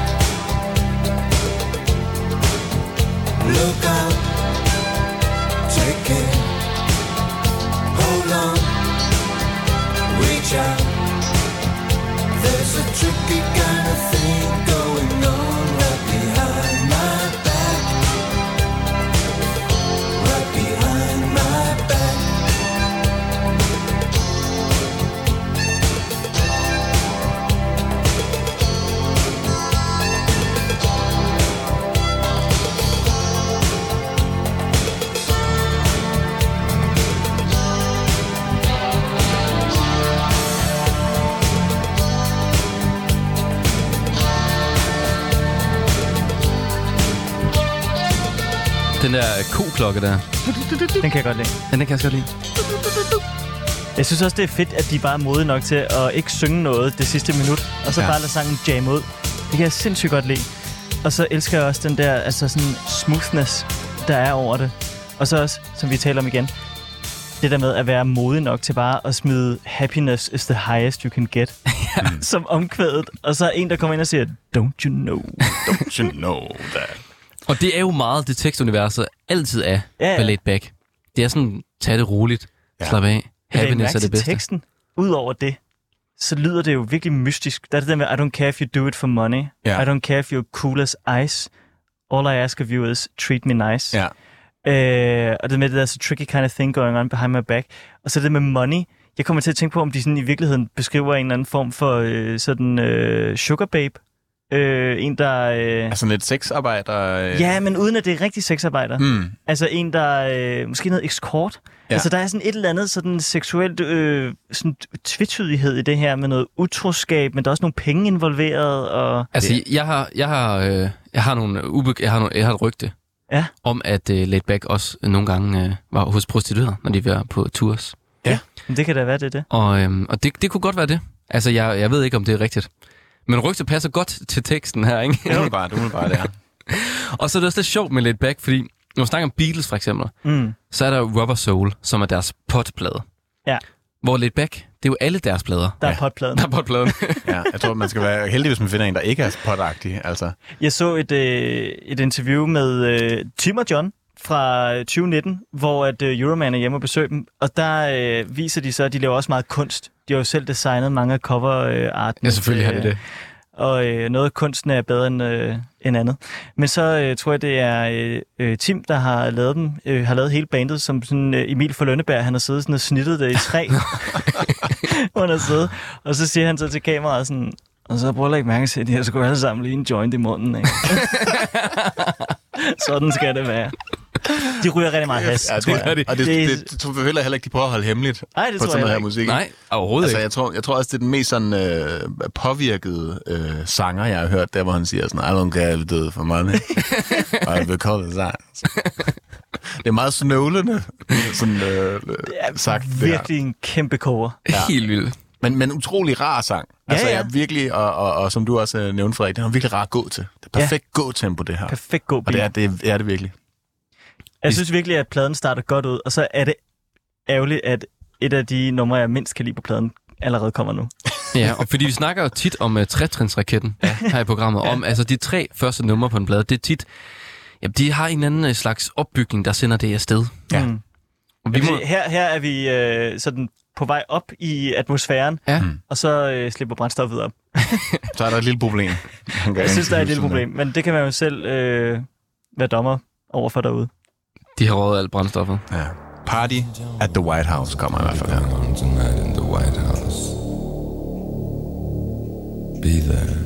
Look out, take it, hold on, reach out. There's a tricky kind of thing going on right behind my back. Right behind my back. Den der ko-klokke der, Den kan jeg godt lide. den, den kan jeg så godt lide. Jeg synes også, det er fedt, at de bare er modige nok til at ikke synge noget det sidste minut, og så Ja. ja. bare lade sangen jamme ud. Det kan jeg sindssygt godt lide. Og så elsker jeg også den der altså sådan smoothness, der er over det. Og så også, som vi taler om igen, det der med at være modig nok til bare at smide happiness is the highest you can get. Ja. Som omkvædet. Og så er en, der kommer ind og siger, don't you know. Don't you know that? Og det er jo meget det tekstuniverset altid er Ja, ja. ved Laid Back. Det er sådan, tag det roligt, Ja. slap af, Happiness happiness er det bedste. teksten, udover det, så lyder det jo virkelig mystisk. Der er det der med, I don't care if you do it for money. Ja. I don't care if you're cool as ice. All I ask of you is treat me nice. Ja. Øh, og det med det der så tricky kind of thing going on behind my back. Og så det med money. Jeg kommer til at tænke på, om de sådan i virkeligheden beskriver en eller anden form for øh, sådan øh, sugar babe. Øh, en, der... Øh, Altså lidt sexarbejder... Øh... ja, men uden at det er rigtig sexarbejder. Mm. Altså en, der øh, måske noget escort. Ja. Ja. Altså der er sådan et eller andet sådan seksuelt øh, sådan tvetydighed i det her med noget utroskab, men der er også nogle penge involveret. Og Altså, jeg har, jeg har, øh, jeg har nogle ube- jeg har, nogle, jeg har et rygte ja, om, at øh, Laid Back også nogle gange øh, var hos prostituerede, når de var på tours. men det kan da være, det er det. Og, øhm, og det, det kunne godt være det. Altså, jeg, jeg ved ikke, om det er rigtigt. Men rygtet passer godt til teksten her, ikke? Umiddelbart, umiddelbart, ja. Og så er det også lidt sjovt med Laid Back, fordi når vi snakker om Beatles for eksempel, Mm. så er der Rubber Soul, som er deres potplade. Ja. Hvor Laid Back, det er jo alle deres plader. Der er Ja. potpladen. Der er potpladen. ja. Jeg tror, man skal være heldig, hvis man finder en, der ikke er potagtig. Altså. Jeg så et, øh, et interview med øh, Tim og John fra tyve nitten, hvor at øh, Euroman er hjemme og besøger dem, og der øh, viser de så, at de laver også meget kunst. De har jo selv designet mange af cover-arten. Ja, selvfølgelig har de det. Og øh, noget af kunsten er bedre end, øh, end andet. Men så øh, tror jeg, det er øh, øh, Tim, der har lavet dem, øh, har lavet hele bandet, som sådan øh, Emil fra Lønneberg, han har siddet sådan og snittet det i træ, hvor han har siddet. Og så siger han så til kameraet sådan, og så prøver jeg ikke mærke til, at de har sgu alle sammen lige en joint i munden, ikke? Sådan skal det være. De ryger rigtig meget has, Ja, tror det jeg. gør de. Og det, Det- det, det, det tror jeg heller ikke, de prøver at holde hemmeligt Ej, det på tror sådan jeg noget her ikke. musik. Nej, overhovedet Altså, ikke. jeg tror, jeg tror også, det er den mest sådan, øh, påvirkede øh, sanger, jeg har hørt, der hvor han siger sådan, I don't care if you do it for money. I will call it science. Det er meget snøvlende, sådan øh, sagt. Det her. Virkelig en kæmpe cover. Ja. Helt vildt. Men, men utrolig rar sang. Altså, ja. jeg er virkelig, og, og, og som du også øh, nævnte, Frederik, det er virkelig rar at gå til. Det er perfekt ja. gå-tempo, det her. Perfekt god Og bil. det er det, er det virkelig. Jeg synes virkelig, at pladen starter godt ud, og så er det ærgerligt, at et af de numre, jeg mindst kan lide på pladen, allerede kommer nu. Ja, og fordi vi snakker jo tit om uh, tretrinsraketten her i programmet, ja. om altså de tre første numre på en plade, det er tit, ja, de har en anden uh, slags opbygning, der sender det afsted. Ja. Mm. Og vi må, Her, her er vi øh, sådan på vej op i atmosfæren, ja, og så øh, slipper brændstoffet op. Så er der et lille problem. Jeg synes, der er et lille problem, men det kan man jo selv øh, være dommer over for derude. de har røget alt brændstoffet. Ja. Party at the White House kommer i hvert fald her. On tonight in the White House. Be there.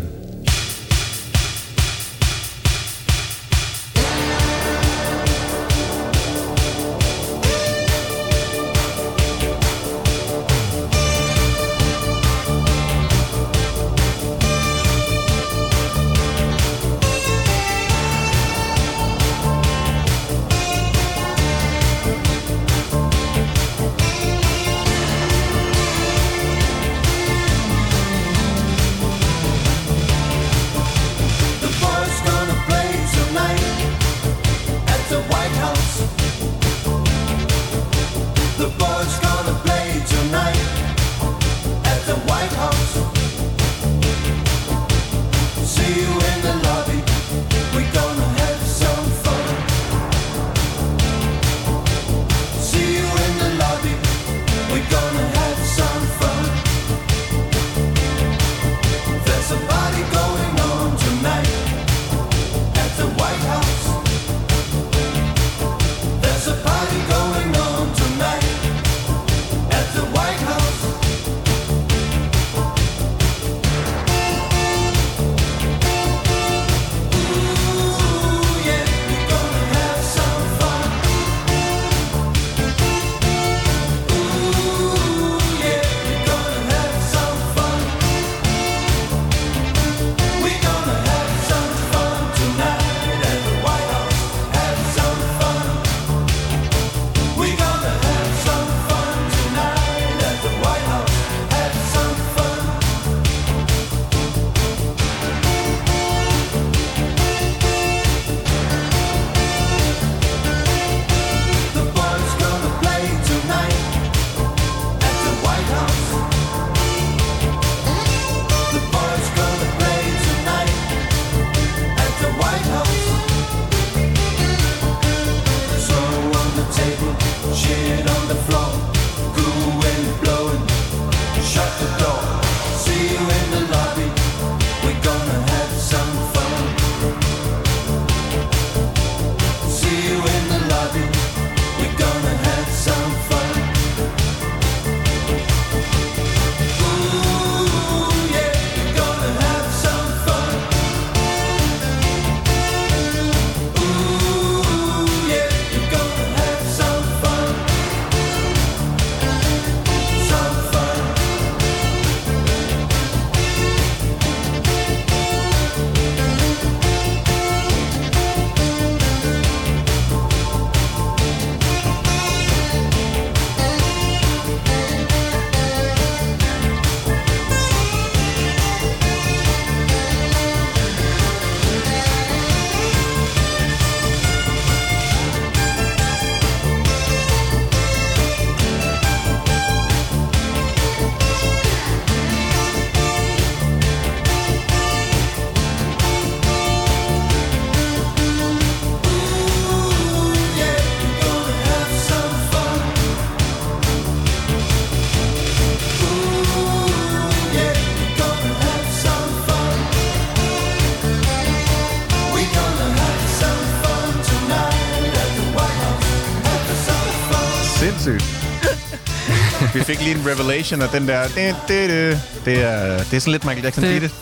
sindssygt. Vi fik lige en revelation af den der... Det, det, det, det, er, det er sådan lidt Michael Jackson beat it.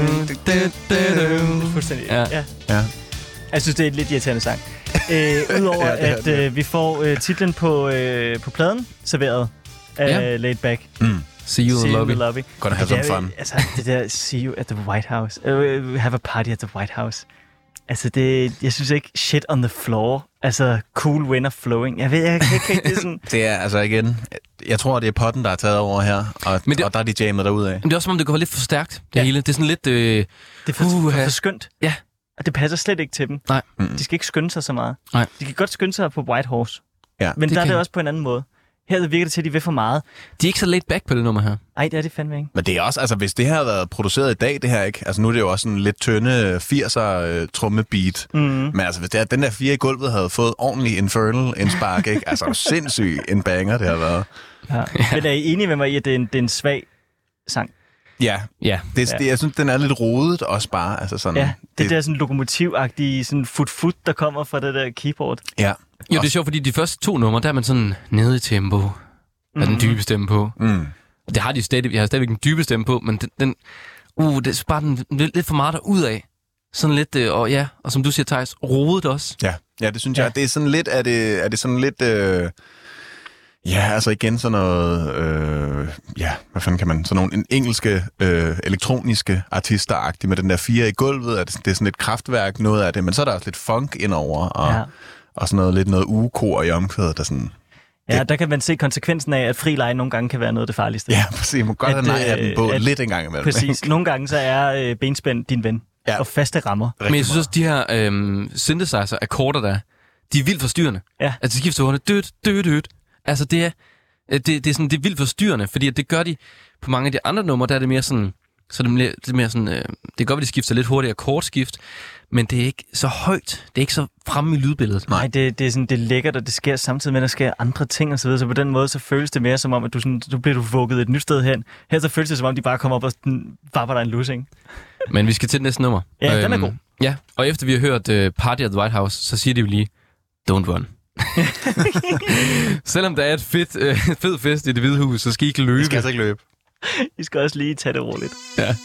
Fuldstændig. Ja. Ja. Ja. Jeg synes, det er en lidt irriterende sang. Øh, Udover Ja, det er at det. øh, vi får øh, titlen på, øh, på pladen serveret af Ja. Laid Back. Mm. See you in the lobby. lobby. Gonna have Det some er, fun. Altså, det der see you at the White House. Uh, have a party at the White House. Altså, det, jeg synes ikke shit on the floor. Altså, cool winner flowing. Jeg ved, jeg kan ikke rigtig sådan... Det er altså igen... Jeg tror, det er potten, der er taget over her, og, Men det- og der er de jammet derud af. Men det er også som om, det går lidt for stærkt, det Ja. hele. Det er sådan lidt... Øh, Det er for, Uha. for, for skønt. Ja. Og det passer slet ikke til dem. Nej. Mm. De skal ikke skynde sig så meget. Nej. De kan godt skynde sig på White Horse. Ja. Men Det der er kan det de. også på en anden måde. Her virker det til, at de vil for meget. de er ikke så laid back på det nummer her. Ej, det er det fandme ikke. Men det er også, altså hvis det her havde været produceret i dag, det her ikke, altså nu er det jo også en lidt tynde firser øh, trommebeat, Mm. men altså hvis det her, den der fire i gulvet havde fået ordentlig Infernal indspark, ikke? Altså sindssyg en banger, det har været. Ja. Men er I enige med mig i, at det er en, det er en svag sang? Ja, Ja. det, Ja. det, jeg synes, den er lidt rodet også bare, altså sådan. Ja, det, det der sådan lokomotivagtige sådan fut-fut, der kommer fra det der keyboard. Ja. Jo, det er sjovt, fordi de første to numre, der er man sådan nede i tempo. Der er den dybe stemme på. Mm. Det har de stadig, jeg har stadigvæk en dybe stemme på, men den, den uh, det er bare den, lidt, lidt for meget derudad. Sådan lidt, øh, og ja, og som du siger, Theis, rodet også. Ja, ja, det synes Ja. jeg. Det er sådan lidt, er det, er det sådan lidt, øh, ja, altså igen sådan noget, øh, ja, hvad fanden kan man, sådan nogle en engelske øh, elektroniske artister-agtige med den der fire i gulvet, at det er sådan lidt kraftværk, noget af det, men så er der også lidt funk indover, og, Ja. ja. og sådan noget lidt noget ugekor i omkvædet, der sådan, Ja, der kan man se konsekvensen af, at fri leje nogle gange kan være noget af det farligste. ja, præcis, man må godt At, have nej af øh, den på at- lidt en gang imellem. Præcis. ikke? Nogle gange så er øh, benspænd din ven. Ja. Og faste rammer. Men jeg synes også, de her øhm, synthesizer-akkorder der, de er vildt forstyrrende. Ja. Altså, de skifter så hurtigt. Dødt, dødt, dødt. Altså, det er, øh, det, det, er sådan, det er vildt forstyrrende, fordi at det gør de på mange af de andre numre, der er det mere sådan, så er det mere, det er mere sådan, øh, det kan godt være, de skifter lidt hurtigt akkordskift, men det er ikke så højt. Det er ikke så fremme i lydbilledet. Nej, det, det er sådan, det er lækkert, og det sker samtidig med, at der sker andre ting og så videre. Så på den måde, så føles det mere som om, at du, sådan, du bliver du vugget et nyt sted hen. Her så føles det som om, de bare kommer op og sådan, vapper dig en lussing. Men vi skal til det næste nummer. Ja, den er god. Ja, og efter vi har hørt uh, Party at the White House, så siger de jo lige, don't run. Selvom der er et fedt, øh, fed fest i Det Hvide Hus, så skal I ikke løbe. Vi skal altså ikke løbe. I skal også lige tage det roligt. Ja.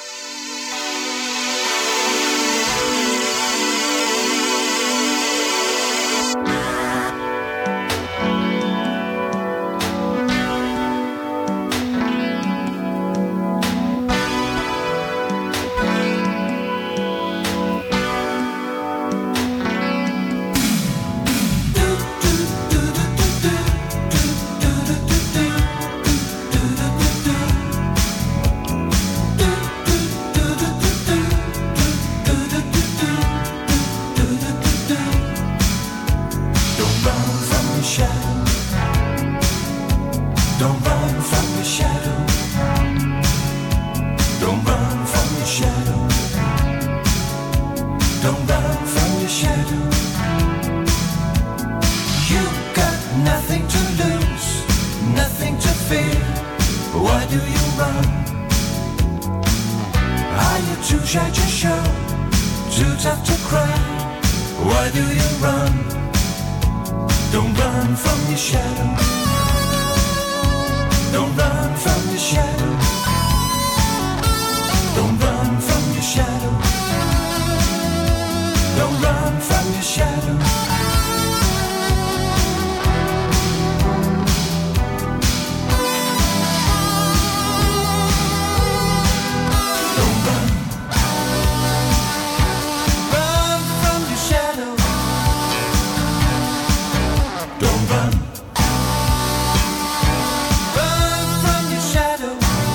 Don't run from the shadow. Don't run from the shadow. Don't run from the shadow. Don't run from the shadow. You got nothing to lose, nothing to fear. Why do you run? Are you too shy to show? Too tough to cry? Why do you run? Don't run from your shadow. Don't run from your shadow. Don't run from your shadow. Don't run from your shadow. Don't run. Run from your shadow. Don't run. Run from your shadow.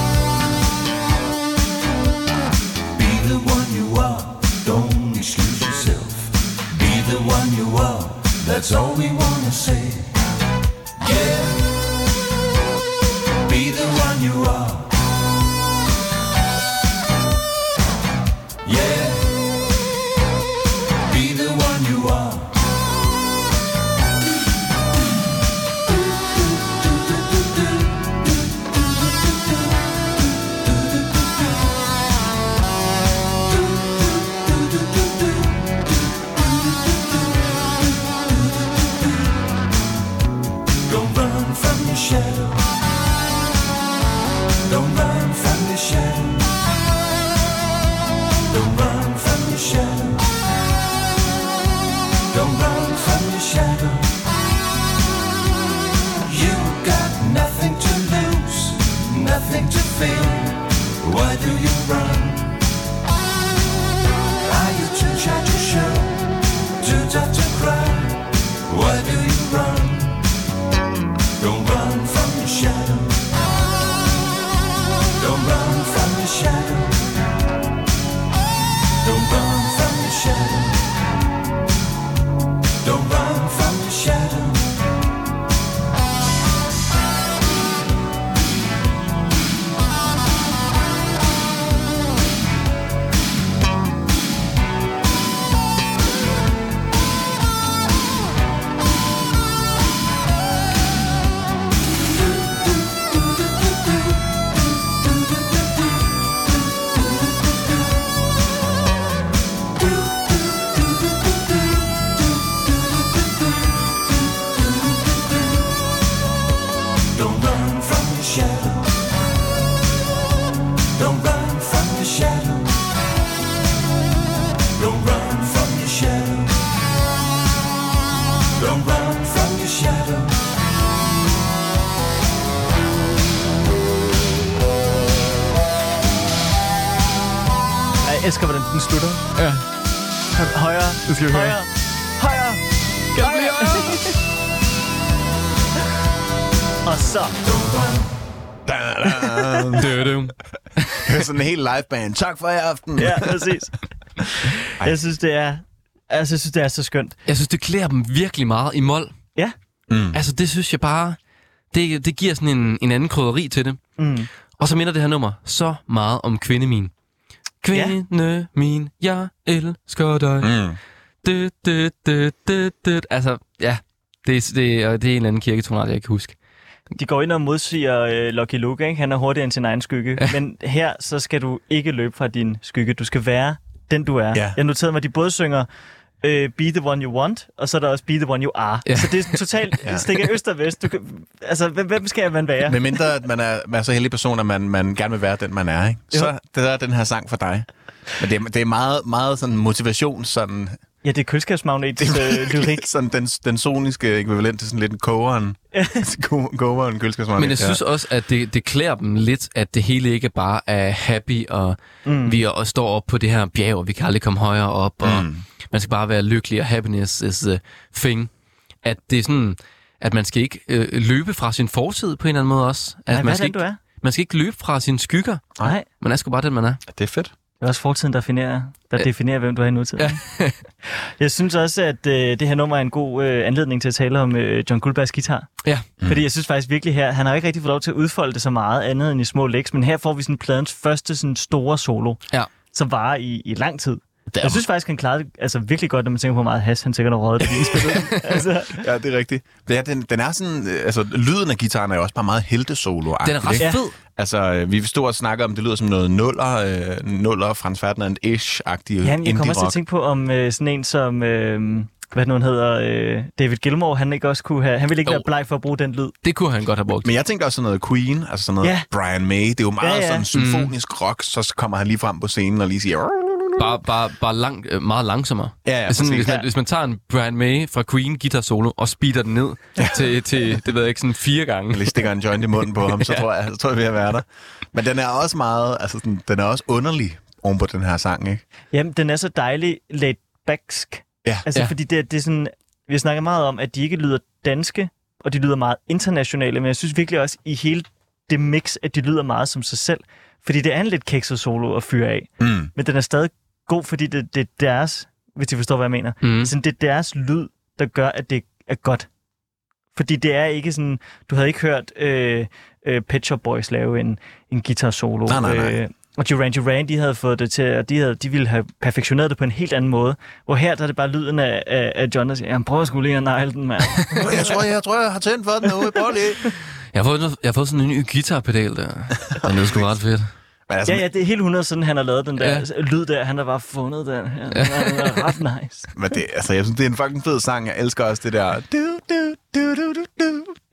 Be the one you are. Don't excuse yourself. Be the one you are. That's all we wanna say. Yeah. Be the one you are. Yeah. Be the one you are. Don't run. shadow. Don't run from the shadow. Don't run from the shadow. Don't run from the shadow. You got nothing to lose, nothing to fear. Why do you run? Are you too shy to show, too tough to cry? Why do you run? Don't run from the shadow. Don't run from the shadow. Don't run from the shadow. Don't run from the shadow. Don't run from the shadow. Don't run from the shadow. Don't run from the shadow. Don't run from the shadow. Jeg elsker, hvordan den slutter. Ja. Højere, Det skal vi høre. højere, højere. højere. Og så... Dødum. Sådan en helt liveband. Tak for i aften. Ja, præcis. Jeg synes, det er... Altså, jeg synes, det er så skønt. Jeg synes, det klæder dem virkelig meget i mol. Ja. Mm. Altså, det synes jeg bare... Det, det giver sådan en, en anden krydderi til det. Mm. Og så minder det her nummer så meget om Kvinde Min. Kvinde min, jeg elsker dig. Mm. Død, død, død, død, død. Altså, ja. Det, er- det, er- det er en eller anden kirketonart, jeg ikke kan huske. De går ind og modsiger øh, Lucky Luke, ikke? Han er hurtigere end sin egen skygge. Ja. Men her, så skal du ikke løbe fra din skygge. Du skal være den, du er. Ja. Jeg noterede mig, at de både synger øh, Be the one you want, og så er der også Be the one you are. Ja. Så det er sådan totalt Ja. stik af øst og vest. Du kan, altså, hvem, hvem skal man være? Med mindre, at man er, man er så heldig person, at man, man gerne vil være den, man er, ikke? Så det er den her sang for dig. Men det er, det er meget, meget sådan motivation, sådan... Ja, det er køleskabsmagnets øh, lyrik. sådan den, den soniske ekvivalent til sådan lidt en kogeren. Ko- kogeren, køleskabsmagnet. Men jeg synes også, at det, det klæder dem lidt, at det hele ikke bare er happy, og mm. vi er, står op på det her bjerg, og vi kan aldrig komme højere op, og Mm. man skal bare være lykkelig, og happiness is the thing. At det er sådan, at man skal ikke øh, løbe fra sin fortid på en eller anden måde også. At Nej, man hvad er skal det, du ikke, er? Man skal ikke løbe fra sine skygger. Nej, Man er sgu bare den, man er. Det er fedt. det er også fortiden, der definerer, der Ja. definerer hvem du er i nutiden. Ja. Jeg synes også, at øh, det her nummer er en god øh, anledning til at tale om øh, John Goldbergs guitar. Ja. Mm. Fordi jeg synes faktisk virkelig her, han har jo ikke rigtig fået lov til at udfolde det så meget andet end i små lecks, men her får vi sådan pladens første sådan store solo, Ja. som varer i, i lang tid. Der, Jeg synes faktisk, han klarede det altså, virkelig godt, når man tænker på, hvor meget hash han sikkert har røget, fordi han spillede. altså, Ja, det er rigtigt. Det er, den, den er sådan... øh, Altså, lyden af gitaren er jo også bare meget heltesolo. den er ret Ja. fed. Altså, øh, vi stod og snakke om, det lyder som noget nuller, øh, nuller Frans Ferdinand-ish-agtig ja, jeg kommer også til at indie-rock. tænke på, om øh, sådan en som, øh, hvad nu han hedder, øh, David Gilmour, han ikke også kunne have, han ville ikke Jo. være bleg for at bruge den lyd. Det kunne han godt have brugt. Men jeg tænkte også sådan noget Queen, altså sådan noget Ja. Brian May. Det er jo meget Ja, ja. sådan symfonisk rock, så kommer han lige frem på scenen og lige siger... Bare, bare, bare lang, øh, meget langsommere. Ja, ja, Det er sådan, præcis. hvis, man, Ja. hvis man tager en Brian May fra Queen guitar solo og speeder den ned til, til, det ved jeg ikke, sådan fire gange. Lige stikker en joint i munden på ham, så, tror jeg, så tror jeg, vi er være der. Men den er også meget, altså sådan, den er også underlig oven på den her sang, ikke? Jamen, den er så dejlig laid backsk. Ja. Altså, Ja. fordi det, det er sådan, vi snakker meget om, at de ikke lyder danske, og de lyder meget internationale, men jeg synes virkelig også, i hele det mix, at de lyder meget som sig selv. Fordi det er en lidt kekset solo at fyre af, Mm. men den er stadig god, fordi det, det er deres, hvis I forstår, hvad jeg mener. Mm. Sådan, det er deres lyd, der gør, at det er godt. Fordi det er ikke sådan, du havde ikke hørt øh, øh, Pet Shop Boys lave en, en guitar solo. Nej, nej, nej. Øh, og Duran Duran, de havde fået det til, og de, havde, de ville have perfektioneret det på en helt anden måde. Hvor her, der er det bare lyden af, af, af John, der siger, jamen prøv at skulle lige at negle den, mand. Jeg tror, jeg, tror, jeg har tændt for den herude. Prøv lige. Jeg har fået, noget- jeg har fået sådan en ny guitarpedal der. Og det er sgu ret fedt. Men altså, Ja, ja, det er helt hundrede sådan, han har lavet den der Ja. ja. lyd der. Han har bare fundet den. Ja, den er, den er ret nice. Men det, altså, jeg synes, det er en fucking fed sang. Jeg elsker også det der... Du, du, du, du, du, du, du,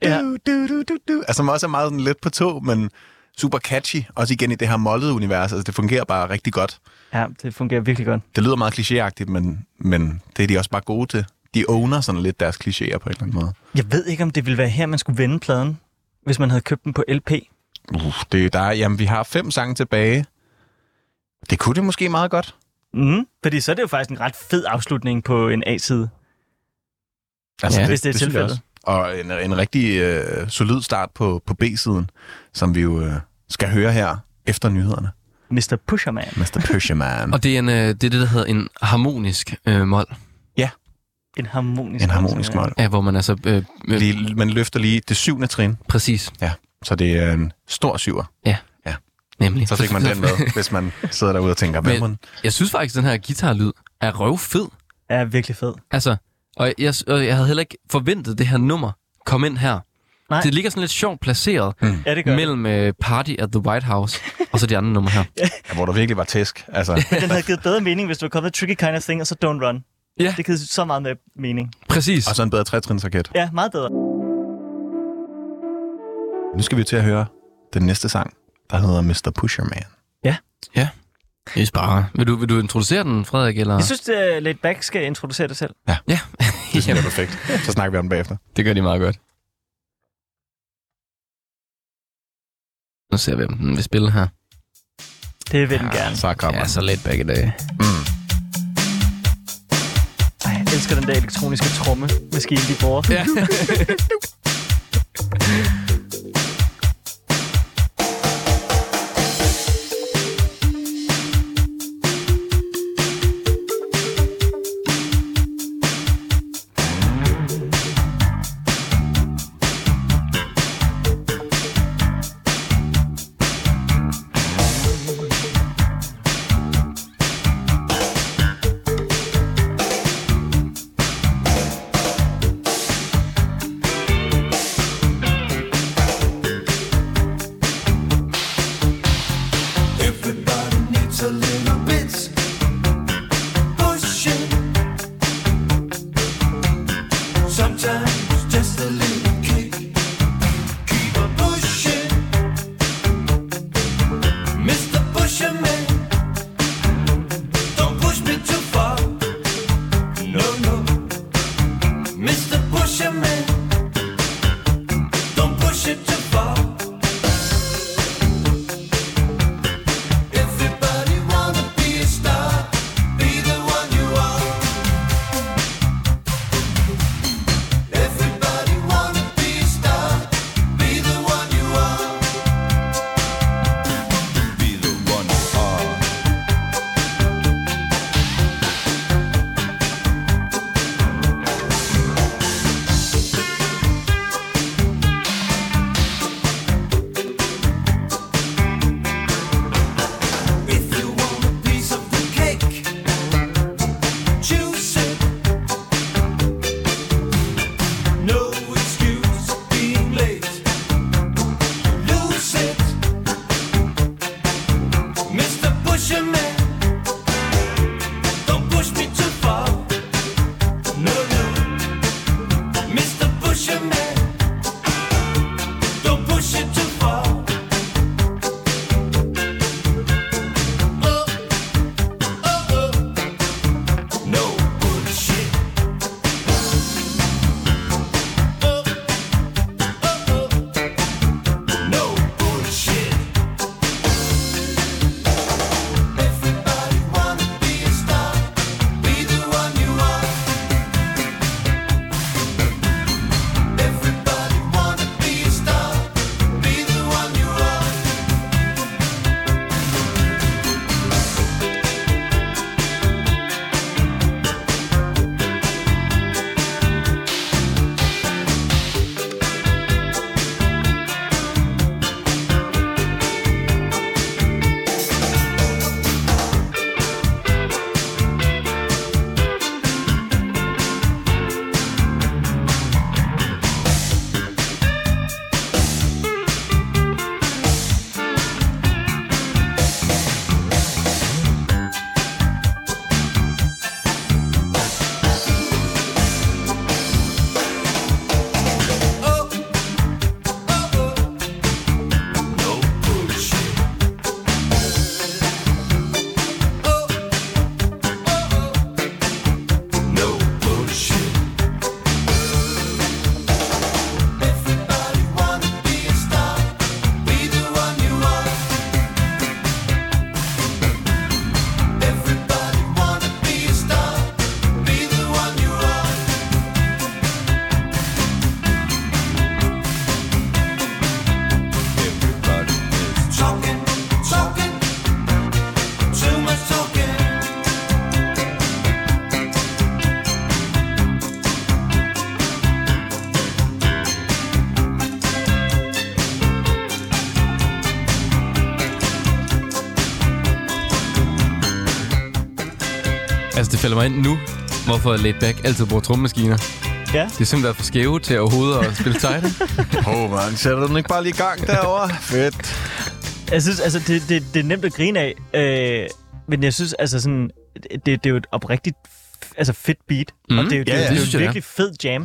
Ja. du, du, du, du, du. Altså, som også er meget sådan let på tå, men super catchy. Også igen i det her mollede univers. Altså, det fungerer bare rigtig godt. Ja, det fungerer virkelig godt. Det lyder meget klichéagtigt, men, men det er de også bare gode til. De owner sådan lidt deres klichéer på en eller anden måde. Jeg ved ikke, om det ville være her, man skulle vende pladen, hvis man havde købt den på L P. Uh, det, der er, jamen, vi har fem sange tilbage. Det kunne det måske meget godt. Mm, fordi så er det jo faktisk en ret fed afslutning på en A-side. Altså, Ja, hvis det er synes jeg tilfældet. også. Og en, en rigtig øh, solid start på, på B-siden, som vi jo øh, skal høre her efter nyhederne. mister Pusherman. mister Pusherman. Og det er, en, øh, det er det, der hedder en harmonisk øh, mol. En harmonisk En harmonisk mål. mål. Ja, hvor man altså... Øh, øh, Lige, man løfter lige det syvende trin. præcis, Ja, så det er en stor syver. nemlig. Så fik man den med, hvis man sidder derude og tænker, hvad Men- man... Jeg synes faktisk, at den her guitarlyd er røvfed. Er virkelig fed. Altså, og jeg, og jeg havde heller ikke forventet det her nummer kom ind her. Nej. Det ligger sådan lidt sjovt placeret Ja, det gør mellem uh, Party at the White House og så de andre numre her. Ja, hvor der virkelig var tæsk. Altså, det. Den havde givet bedre mening, hvis du havde kommet Tricky Kind of Thing, og så Don't Run. Ja. Det givet så meget med mening. Præcis. og så en bedre trætrinsraket. Ja, meget bedre. Nu skal vi til at høre den næste sang, der hedder mister Pusherman. Jeg synes bare, vil du, vil du introducere den, Frederik? Eller? Jeg synes, at uh, Laid Back skal introducere dig selv. Ja, Det synes jeg er perfekt. Så snakker vi om den bagefter. det gør de meget godt. Nu ser vi, om den vil spille her. Det vil den gerne. Så kommer Ja, den. så lidt back i dag. Mm. Ej, jeg elsker den der elektroniske trommemaskine, de bruger. Ja. Altså, det falder mig ind nu, hvorfor Laid Back altid bruger trommemaskiner. Ja. Det er simpelthen for skæve til overhovedet at spille tight. Åh, oh, man. Sætter den ikke bare lige i gang derovre? Fedt. Jeg synes, altså, det, det, det er nemt at grine af, øh, men jeg synes, altså sådan, det, det er jo et oprigtigt altså fedt beat, mm. og det er jo, Ja, det, ja, det, det synes er jo jeg, en virkelig fed jam.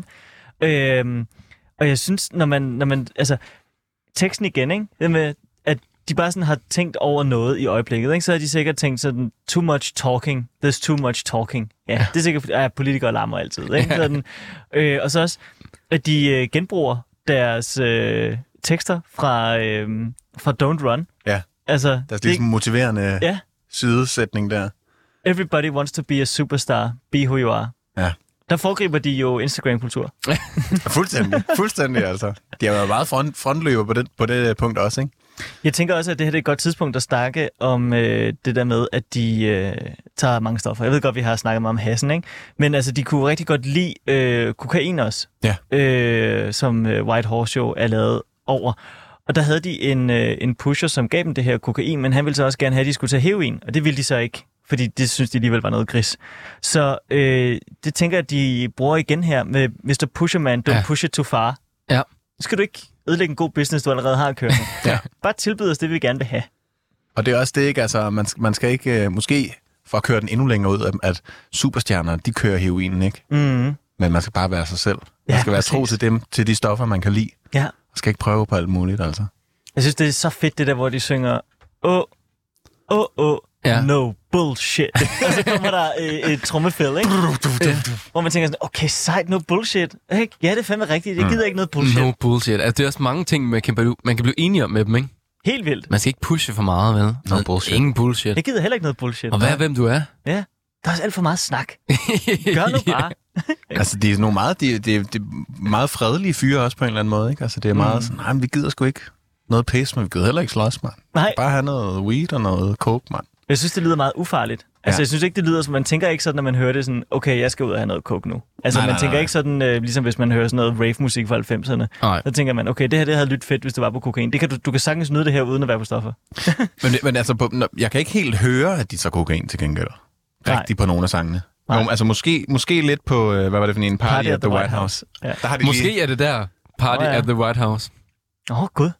Øh, og jeg synes, når man, når man, altså, teksten igen, ikke? Det med, at de bare sådan har tænkt over noget i øjeblikket, ikke? Så har de sikkert tænkt sådan, too much talking, there's too much talking. Ja, ja. Det er sikkert, at politikere larmer altid, ikke? Ja. Sådan, øh, og så også, at de øh, genbruger deres øh, tekster fra, øh, fra Don't Run. Ja, Altså, der er ligesom en motiverende ja. sidesætning der. Everybody wants to be a superstar, be who you are. Ja. Der foregriber de jo Instagram-kultur. Fuldstændig, fuldstændig altså. De har været meget front, frontløber på det, på det punkt også, ikke? Jeg tænker også, at det her er et godt tidspunkt at snakke om øh, det der med, at de øh, tager mange stoffer. Jeg ved godt, vi har snakket meget om hassen, ikke? Men altså, de kunne rigtig godt lide øh, kokain også, Ja. øh, som øh, White Horse jo er lavet over. Og der havde de en, øh, en pusher, som gav dem det her kokain, men han ville så også gerne have, at de skulle tage heroin, og det ville de så ikke, fordi det synes de alligevel var noget gris. Så øh, det tænker jeg, at de bruger igen her med mister Pusherman, don't Ja. push it too far. Ja. Skal du ikke ødelægge en god business, du allerede har kørt? Ja. Bare tilbyde os det, vi gerne vil have. Og det er også det, ikke? Altså, man, man skal ikke, øh, måske for at køre den endnu længere ud, at, at superstjerner, de kører heroinen, ikke? Mm. Men man skal bare være sig selv. Man Ja, skal være præcis. tro til dem, til de stoffer, man kan lide. Ja. Man skal ikke prøve på alt muligt, altså. Jeg synes, det er så fedt, det der, hvor de synger, åh, åh, åh, Ja. no bullshit. Og så kommer der øh, et trommefæld, ikke? Ja. Hvor man tænker sådan, okay, sejt, no bullshit. Ikke? Ja, det er fandme rigtigt. Jeg gider ikke noget bullshit. No bullshit. Altså, det er også mange ting, man kan, blive, man kan blive enige om med dem, ikke? Helt vildt. Man skal ikke pushe for meget, vel? No bullshit. Ingen bullshit. Jeg gider heller ikke noget bullshit. Og hvad er, hvem du er? Ja, der er også alt for meget snak. Gør nu bare. Altså, de er nogle meget, de, de, de er meget fredelige fyre også på en eller anden måde, ikke? Altså, det er meget sådan, nej, men vi gider sgu ikke noget pis, men vi gider heller ikke slås, mand. Nej. Bare have noget weed og noget coke, mand. Jeg synes, det lyder meget ufarligt. Altså, Ja. jeg synes ikke, det lyder som, man tænker ikke sådan, når man hører det sådan, okay, jeg skal ud og have noget coke nu. Altså, Nej, man nej, tænker nej. ikke sådan, øh, ligesom hvis man hører sådan noget rave-musik fra halvfemserne. Nej. Så tænker man, okay, det her det havde lyttet fedt, hvis det var på kokain. Det kan du, du kan sagtens nyde det her, uden at være på stoffer. Men, men altså, på, når, jeg kan ikke helt høre, at de tager kokain til gengæld. Rigtig på nogle af sangene. Nej. Nogle, altså, måske, måske lidt på, øh, hvad var det for en? Party, Party at the White House. House. Ja. Der har de Måske lige... er det der Party Nå, ja. at the White House. Åh, oh, gud.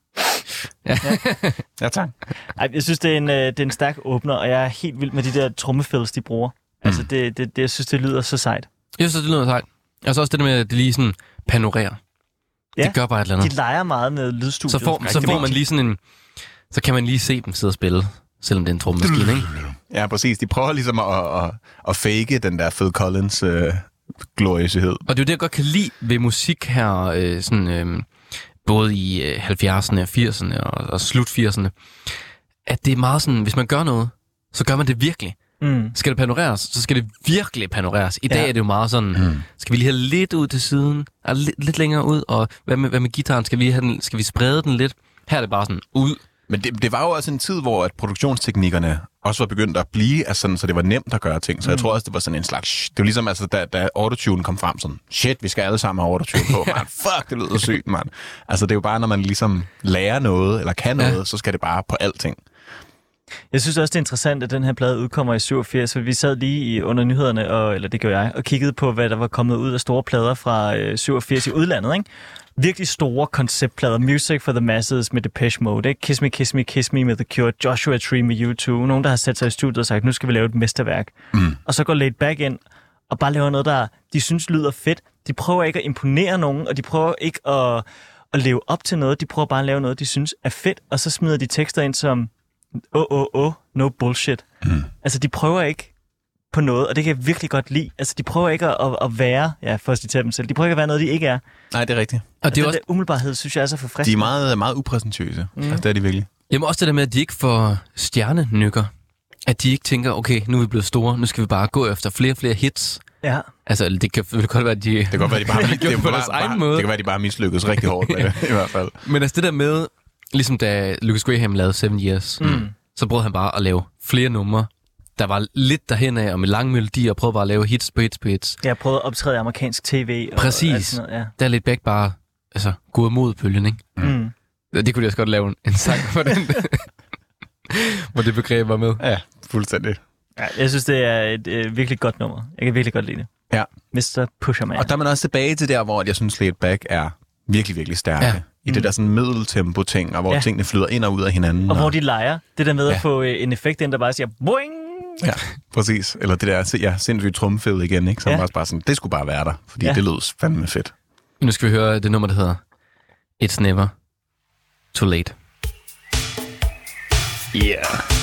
Ja, tak. Ej, jeg synes, det er, en, øh, det er en stærk åbner, og jeg er helt vild med de der trommefælds, de bruger. Mm. Altså, det, det, det, jeg synes, det lyder så sejt. Jeg synes, det lyder sejt. Altså også det der med, at det lige sådan panorerer. Ja. Det gør bare et eller andet. De leger meget med lydstudiet. Så får, så får man lige sådan en... Så kan man lige se dem sidde og spille, selvom det er en trommemaskine, ikke? Ja, præcis. De prøver ligesom at, at, at fake den der Phil Collins øh, gloriøshed. Og det er jo det, jeg godt kan lide ved musik her, øh, sådan, øh, både i øh, halvfjerdserne og firserne og, og slut firserne, at det er meget sådan, hvis man gør noget, så gør man det virkelig. Mm. Skal det panoreres, så skal det virkelig panoreres. I dag Ja. er det jo meget sådan, mm. skal vi lige have lidt ud til siden, og lidt, lidt længere ud, og hvad med, hvad med gitaren, skal vi, have den, skal vi sprede den lidt? Her er det bare sådan, ud. Men det, det var jo også en tid, hvor at produktionsteknikkerne også var begyndt at blive, altså sådan, så det var nemt at gøre ting. Så mm. jeg tror også, det var sådan en slags... Det var ligesom, altså, da, da autotune kom frem, sådan, shit, vi skal alle sammen have autotune på, man. Fuck, det lyder sygt, mand. Altså, det er jo bare, når man ligesom lærer noget, eller kan noget, ja. Så skal det bare på alting. Jeg synes også, det er interessant, at den her plade udkommer i syvogfirs, for vi sad lige i, under nyhederne, og, eller det gjorde jeg, og kiggede på, hvad der var kommet ud af store plader fra øh, syvogfirs i udlandet, ikke? Virkelig store konceptplader. Music for the Masses med Depeche Mode, ikke? Kiss Me, Kiss Me, Kiss Me med The Cure, Joshua Tree med U to. Nogen, der har sat sig i studiet og sagt, nu skal vi lave et mesterværk. Mm. Og så går Laid Back ind og bare laver noget, der de synes lyder fedt. De prøver ikke at imponere nogen, og de prøver ikke at, at leve op til noget. De prøver bare at lave noget, de synes er fedt, og så smider de tekster ind som åh, åh, åh, no bullshit. Mm. Altså, de prøver ikke på noget, og det kan jeg virkelig godt lide. Altså, de prøver ikke at, at, at være, ja, for at citere dem selv, de prøver ikke at være noget, de ikke er. Nej, det er rigtigt. Og det er Den også, der umiddelbarhed, synes jeg er så forfriskende. De er meget, meget upræsentøse. Mm. Altså, det er de virkelig. jamen også det der med, at de ikke får stjernenykker. At de ikke tænker, okay, nu er vi blevet store, nu skal vi bare gå efter flere og flere hits. Ja. Altså, det kan det godt være, at de... Det kan godt være, de bare, det, gjort det, på bare, deres egen bare, måde. det kan være, de bare mislykkedes rigtig hårdt med det, i hvert fald. Men altså det der med, ligesom da Lucas Graham lavede Seven Years, mm. så prøvede han bare at lave flere numre, der var lidt derhen af, og med lange melodier, og prøvede bare at lave hits på hits på hits. Jeg har prøvet at optræde i amerikansk tv. Og Præcis. alt sådan noget, ja. Der er lidt Back bare, altså, gået mod bølgen, ikke? Mm. Det kunne de også godt lave en, en sang for den, hvor det begreb var med. Ja, fuldstændig. Ja, jeg synes, det er et øh, virkelig godt nummer. Jeg kan virkelig godt lide det. Ja. mister Pusherman. Og der er man også tilbage til der, hvor jeg synes, Laid Back er virkelig, virkelig stærke. Ja. Ja. I det der sådan middeltempo-ting, og hvor Ja. ja. tingene flyder ind og ud af hinanden. Og hvor de leger. Det der med Ja. at få øh, en effekt ind, der bare siger boing! Ja, præcis. Eller det der ja, sindssygt trumfed igen, ikke? Som Ja. ja. også bare sådan, det skulle bare være der, fordi Ja. ja. det lød fandme fedt. Nu skal vi høre det nummer, der hedder It's Never Too Late. Yeah.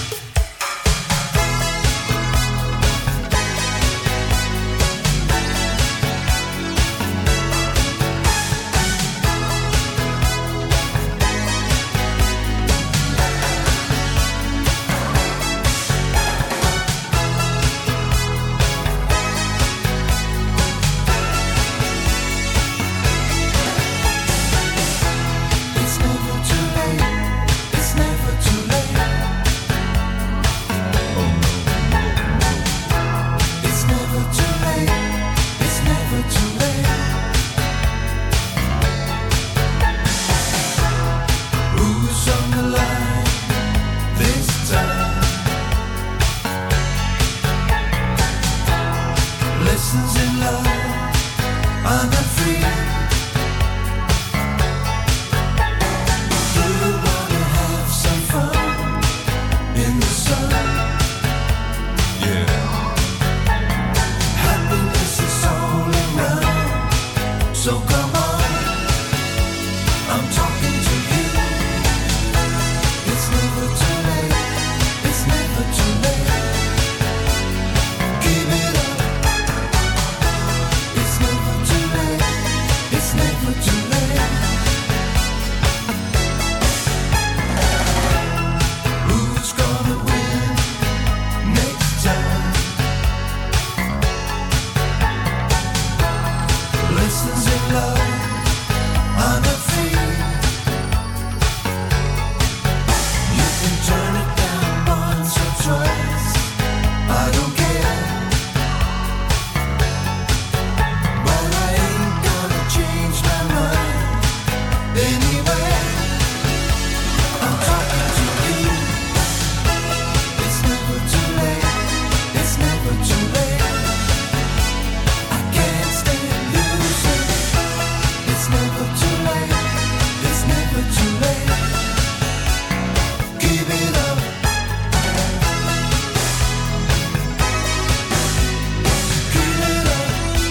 It's never too late. It's never too late. It's never too late. It's never too late. Who's on the line this time? Lessons in love are not free. Do you wanna have some fun in the sun? Yeah. Happiness is all around, so come on. I'm talking to you. It's never too late. It's never too late. Give it up. It's never too late. It's never too late. Who's gonna win next time? Lessons in love are not free. You can turn it down once or twice. I don't care. But I ain't gonna change my mind anyway. I'm talking to you. It's never too late. It's never too late. I can't stand losing. It's never too late. It's never too late. Give it up. Give it up.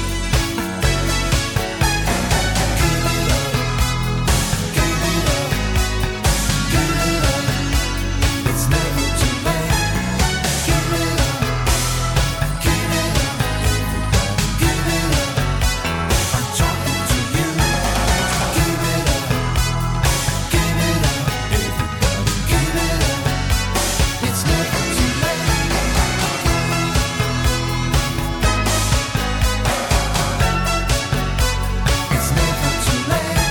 Give it up. Give it up. Give it up. It's never too late. Give it up. Give it up. Give it up. I'm talking to you. Give it up. Give it up. Give it up. It's never too late. It's never too late.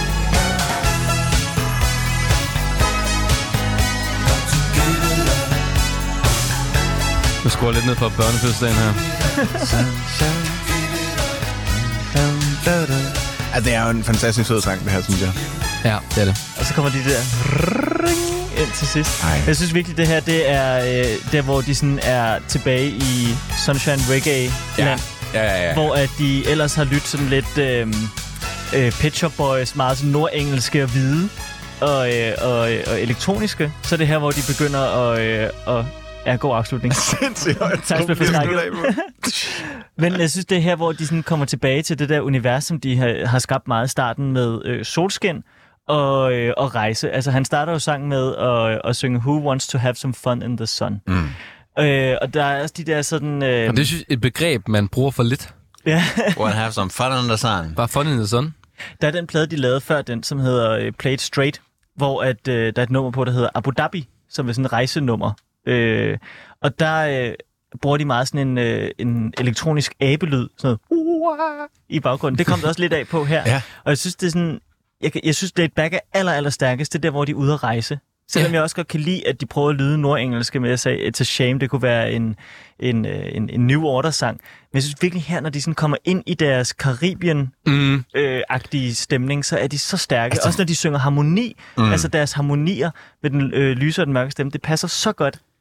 Got to give it up. Nu skruer jeg lidt ned på børnefødselsdagen her. Altså, det er jo en fantastisk fed sang, det her, synes jeg. Ja, det er det. Og så kommer de der ring ind til sidst. Ej. Jeg synes virkelig, det her det er øh, der, hvor de sådan er tilbage i Sunshine Reggae land, Ja, ja, ja. hvor at de ellers har lyttet sådan lidt øh, øh, Pet Shop Boys, meget sådan nordengelske og hvide og, øh, og, og elektroniske. Så er det her, hvor de begynder at... Øh, at ja, god afslutning. Sindssygt højt. Tak, blev forskrækket. Men jeg synes, det er her, hvor de sådan kommer tilbage til det der univers, som de har, har skabt meget i starten med øh, solskin og, øh, og rejse. Altså, han starter jo sangen med at, at synge Who Wants to Have Some Fun in the Sun. Mm. Øh, og der er også de der sådan... Øh, Og det er synes jeg, et begreb, man bruger for lidt. ja, Wanna have some fun on the sun. Bare fun in the sun. der er den plade, de lavede før den, som hedder øh, Play It Straight, hvor at, øh, der er et nummer på, der hedder Abu Dhabi, som er sådan et rejsenummer. Øh, og der øh, bruger de meget sådan en, øh, en elektronisk abelyd, sådan noget, i baggrunden. Det kom der også lidt af på her. Ja. Og jeg synes, det er sådan... Jeg, jeg synes, Laid Back er aller, aller stærkest. Det er der, hvor de er ude at rejse. Selvom Ja. jeg også godt kan lide, at de prøver at lyde nordengelske med, at jeg sagde, It's a shame, det kunne være en, en, øh, en, en New Order-sang. Men jeg synes virkelig her, når de sådan kommer ind i deres Caribbean-agtige Mm. stemning, så er de så stærke. Altså, også når de synger harmoni, Mm. altså deres harmonier med den øh, lyse og den mørke stemme, det passer så godt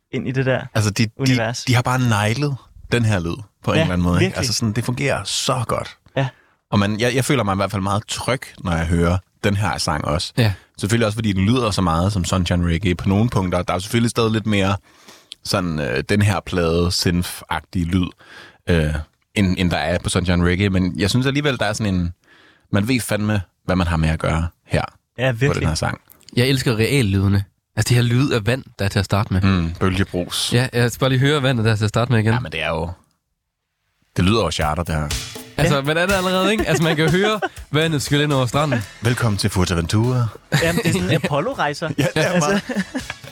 ind i det der Altså, de, de, univers. de har bare neglet den her lyd på en Ja, eller anden måde. Ikke? virkelig. Altså, sådan, det fungerer så godt. Ja. Og man, jeg, jeg føler mig i hvert fald meget tryg, når jeg hører den her sang også. Ja. Selvfølgelig også, fordi den lyder så meget som Sunshine Reggae på nogle punkter. Der er selvfølgelig stadig lidt mere sådan øh, den her plade synth-agtige lyd, øh, end, end der er på Sunshine Reggae. Men jeg synes alligevel, der er sådan en... Man ved fandme, hvad man har med at gøre her Ja, på den virkelig. her sang. Jeg elsker reallydene. Altså, de her lyde af vand, der er til at starte med. Mm, bølgebrus. Ja, jeg skal bare lige høre vandet, der er til at starte med igen. Ja, men det er jo... Det lyder jo charter, det her. Altså, men er det allerede, ikke? Altså, man kan høre vandet skylle ind over stranden. Velkommen til Fuerteventura. Jamen, det er sådan en Apollo-rejser. Ja, det er Altså- meget.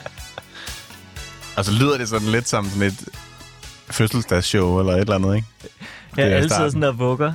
Altså, lyder det sådan lidt som sådan et fødselsdagsshow eller et eller andet, ikke? Ja, Det er alle sidder starten. sådan der og vugger.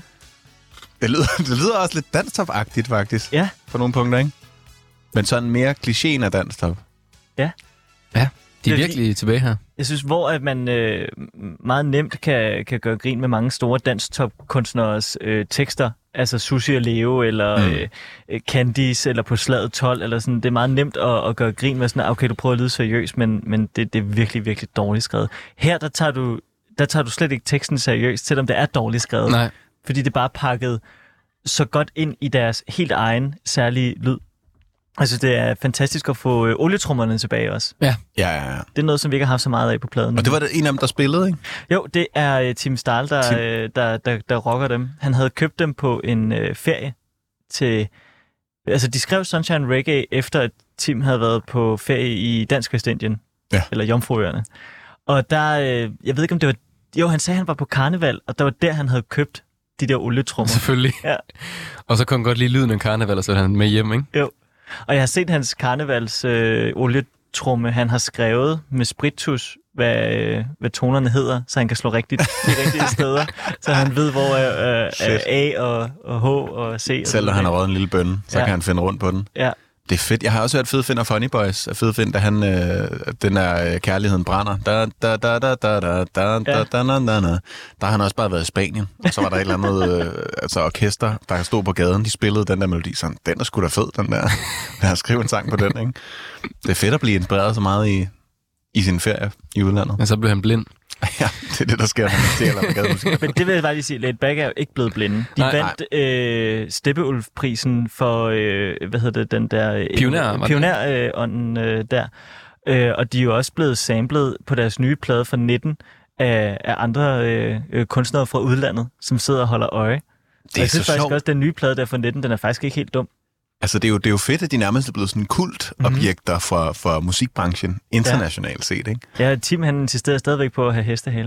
Det lyder, det lyder også lidt danstop-agtigt, faktisk. Ja. På nogle punkter, ikke? Men sådan mere klichéen af danstop. Ja, de Det er er virkelig tilbage her. Jeg synes, hvor at man øh, meget nemt kan, kan gøre grin med mange store danstop-kunstneres øh, tekster, altså Sushi og Leo, eller Mm. mm. øh, Candice, eller på Slaget tolv, eller sådan. Det er meget nemt at, at gøre grin med sådan, at, okay, du prøver at lyde seriøst, men, men det, det er virkelig, virkelig dårligt skrevet. Her, der tager du, der tager du slet ikke teksten seriøst, selvom det er dårligt skrevet. Nej. Fordi det er bare pakket så godt ind i deres helt egen særlige lyd. Altså, det er fantastisk at få øh, olietrummerne tilbage også. Ja, ja, ja. Det er noget, som vi ikke har haft så meget af på pladen. Og det var der en af dem, der spillede, ikke? Jo, det er uh, Tim Stahl, der, Tim. øh, der, der, der rocker dem. Han havde købt dem på en øh, ferie til... Altså, de skrev Sunshine Reggae, efter at Tim havde været på ferie i Dansk Vestindien. Ja. Eller Jomfruøerne. Og der... Øh, jeg ved ikke, om det var... Jo, han sagde, han var på karneval, og der var der, han havde købt de der olietrummer. Selvfølgelig. Ja. Og så kunne han godt lide lyden af karneval, og så er han med hjem, ikke? Jo. Og jeg har set hans karnevals øh, olietrumme, han har skrevet med spritus, hvad, øh, hvad tonerne hedder, så han kan slå rigtigt de rigtige steder. Så han ved, hvor øh, øh, A og, og H og C. Og Selv når han har røget en lille bønne, så Ja. kan han finde rundt på den. Ja. Det er fedt. Jeg har også hørt Fed Find og Funny Boys af Fed Find, da han, øh, den der øh, kærligheden brænder. Da, da, da, da, da, da, da, da, da, da, da, da. Der har han også bare været i Spanien. Og så var der et eller andet øh, altså orkester, der stod på gaden. De spillede den der melodi. Sådan, den er sgu da fed, den der. Jeg har skrevet en sang på den, ikke? Det er fedt at blive inspireret så meget i, i sin ferie i udlandet. Men så blev han blind. Ja, det er det, der sker, når man stjæler med gademusik. Men det vil jeg bare lige sige, Laid Back er jo ikke blevet blinde. De Nej, nej, vandt øh, Steppeulf-prisen for, øh, hvad hedder det, den der... Øh, Pioner, var det? Pionerånden øh, der. Øh, og de er jo også blevet samlet på deres nye plade fra nitten af, af andre øh, øh, kunstnere fra udlandet, som sidder og holder øje. Det er jeg så synes faktisk sjovt. også, at den nye plade der fra nitten, den er faktisk ikke helt dum. Altså, det er, jo, det er jo fedt, at de nærmest er blevet sådan kultobjekter for, for musikbranchen internationalt set, ikke? Ja, Tim han insisterer stadigvæk på at have hestehale.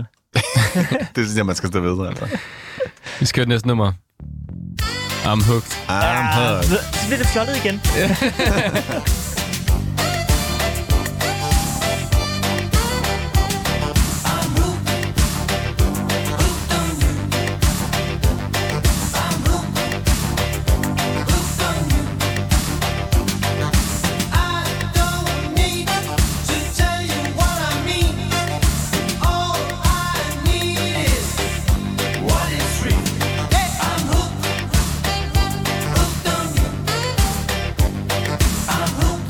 Det synes jeg, man skal stå ved, altså. Vi skal høre det næste nummer. I'm hooked. I'm hooked. Så bliver det fjollet igen. I don't need to tell you what I mean. All I need is what is free. I'm hooked, hooked on you. I'm hooked.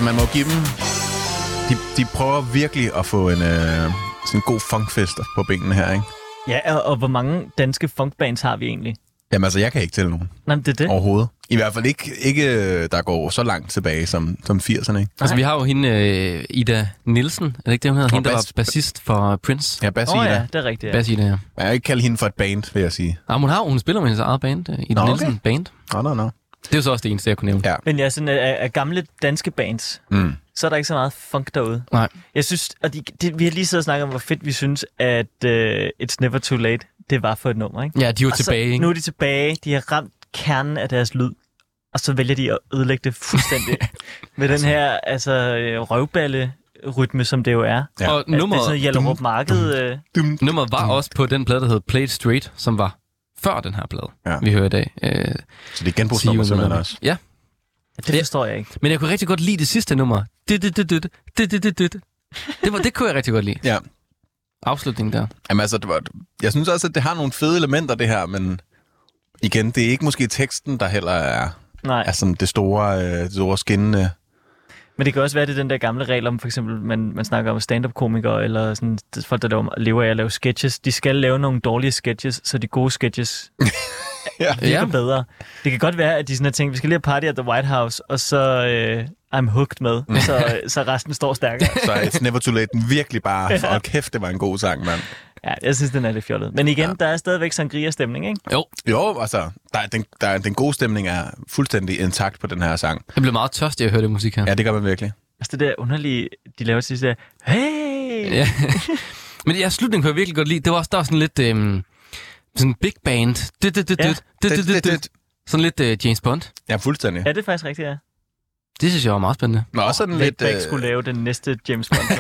man må give dem... De, de prøver virkelig at få en, øh, sådan en god funkfest på benene her, ikke? Ja, og, og hvor mange danske funkbands har vi egentlig? Jamen altså, jeg kan ikke tælle nogen Nej, det er det. overhovedet. I hvert fald ikke, ikke der går så langt tilbage som, som firserne, ikke? Altså, vi har jo hende, øh, Ida Nielsen, er det ikke det, hun hedder? Nå, Hende, der bas- var bassist for Prince. Ja, Bass Åh oh, Ida. ja, det er rigtigt. Ja. Bas Ida, ja. Jeg kan ikke kalde hende for et band, vil jeg sige. Ja, hun, har, hun spiller med hendes eget band, øh, Ida Nå, okay. Nielsen Band. Nå, nå, nå. Det er jo så også det eneste, jeg kunne nævne. Ja. Men ja, sådan af, af gamle danske bands, Mm. så er der ikke så meget funk derude. Nej. Jeg synes, og de, det, vi har lige siddet og snakket om, hvor fedt vi synes, at uh, It's Never Too Late, det var for et nummer, ikke? Ja, de er jo Og så, tilbage, ikke? nu er de tilbage, de har ramt kernen af deres lyd, og så vælger de at ødelægge det fuldstændig. Med den her altså, øh, røvballe-rytme, som det jo er. Ja. Og Altså, det er nummeret, sådan noget Hjallerup Marked. Øh, Dum. nummeret var også på den plade, der hed Play It Straight, som var før den her plade, Ja. vi hører i dag. Øh, Så det er genbrugsnummer simpelthen også. Ja, det forstår jeg ikke. men jeg kunne rigtig godt lide det sidste nummer. Det, det, det, det, det, det, det, det. Det, var, det kunne jeg rigtig godt lide. Ja. Afslutningen der. Jamen altså, det var, jeg synes også, at det har nogle fede elementer, det her, men igen, det er ikke måske teksten, der heller er, Nej. er sådan det store, øh, det store skinnende. Men det kan også være, det er den der gamle regel om, for eksempel, man, man snakker om stand-up-komikere, eller sådan, folk, der laver, lever af at lave sketches. De skal lave nogle dårlige sketches, så de gode sketches Ja. virker Ja. bedre. Det kan godt være, at de sådan har tænkt, vi skal lige have party at the White House, og så øh, I'm hooked med, så, så resten står stærkere. Så It's Never Too Late virkelig bare, hold kæft, det var en god sang, mand. Ja, jeg synes, den er lidt fjollet. Men igen, Ja. der er stadigvæk sangria-stemning, ikke? Jo, Jo, altså, der, er- den, der, er- den gode stemning er fuldstændig intakt på den her sang. jeg blev meget tørstig at høre det musik her. Ja, det gør man virkelig. Altså det der underlige, de laver til sidst der, hey! Ja. Men ja, slutningen kunne jeg virkelig godt lide. Det var også der var sådan lidt øhm, sådan big band. Det, det, det, Ja. det, det, det, det, det. Sådan lidt øh, James Bond. Ja, fuldstændig. Ja, det er faktisk rigtigt, ja. Det synes jeg var meget spændende. Men også sådan Lidt, lidt... Beck Øh, skulle lave den næste James Bond.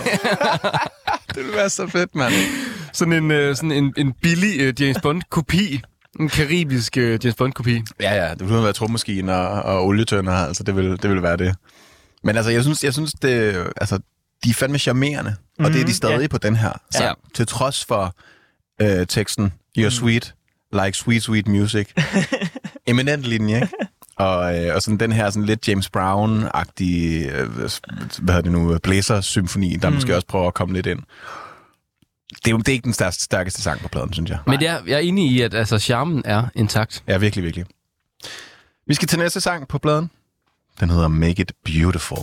det ville være så fedt, mand. Sådan en, øh, sådan en, en billig øh, James Bond-kopi. En karibisk øh, James Bond-kopi. Ja, ja, det ville være trommemaskiner og, og olietønder, altså det ville, det ville være det. Men altså, jeg synes, jeg synes det, altså, de er fandme charmerende, mm, og det er de stadig ja. på den her. Så Ja. til trods for øh, teksten, you're mm. sweet, like sweet, sweet music. Eminent linje, ikke? Og, øh, og sådan den her sådan lidt James Brown-agtige, øh, hvad hedder det nu, blæser-symfoni, der mm. måske også prøver at komme lidt ind. Det er jo det er ikke den stærkeste, stærkeste sang på pladen, synes jeg. Men jeg, jeg er enig i, at altså, charmen er intakt. Ja, virkelig, virkelig. Vi skal til næste sang på pladen. Den hedder Make It Beautiful.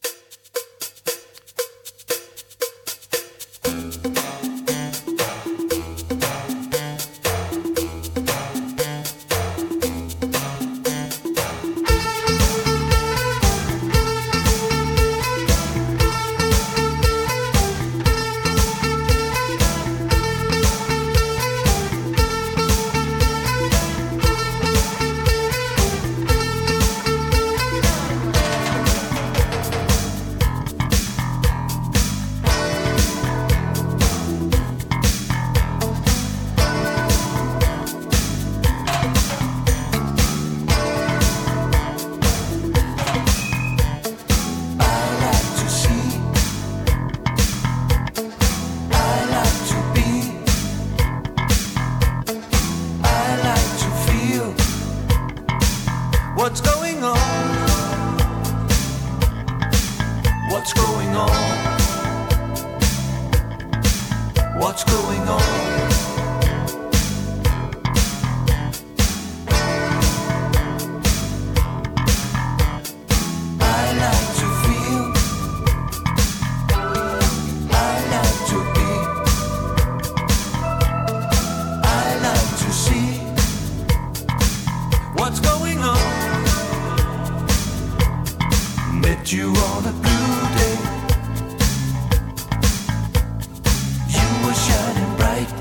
What's going on? What's going on? What's going on? I like to feel. I like to be. I like to see. What's going on? Met you on a blue day. You were shining bright.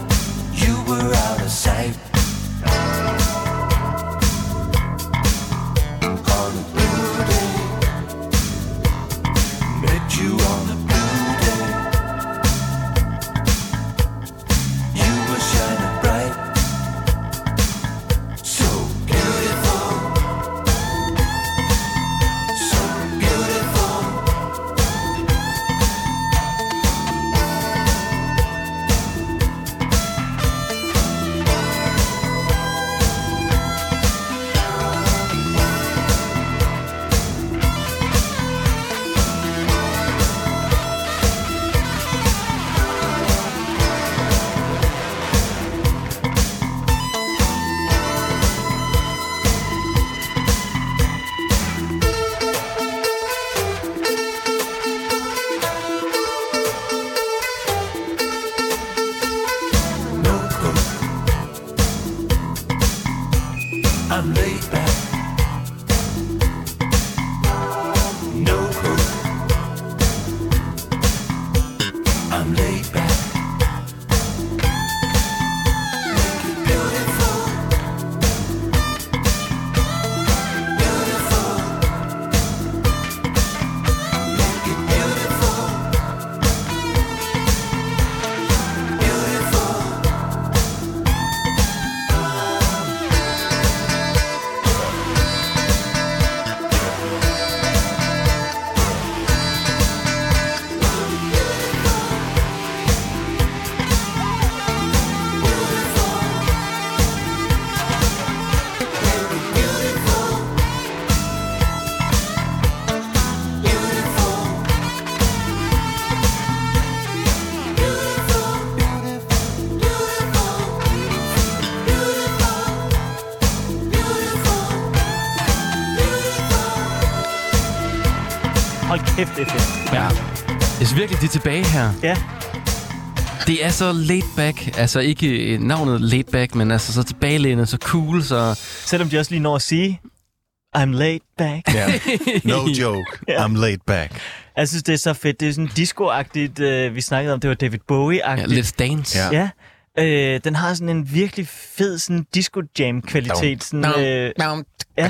kæft, det er fedt. Ja. Jeg synes virkelig, de er tilbage her. Ja. Det er så laid back. Altså ikke navnet laid back, men altså så tilbagelænet, så cool, så... Selvom de også lige når at sige, I'm laid back. Ja. No joke. Ja. I'm laid back. Jeg synes, det er så fedt. Det er sådan disco-agtigt. Øh, vi snakkede om, det var David Bowie-agtigt. Ja, Let's Dance. Ja. Ja. Øh, den har sådan en virkelig fed sådan disco-jam-kvalitet. Sådan, øh, ja.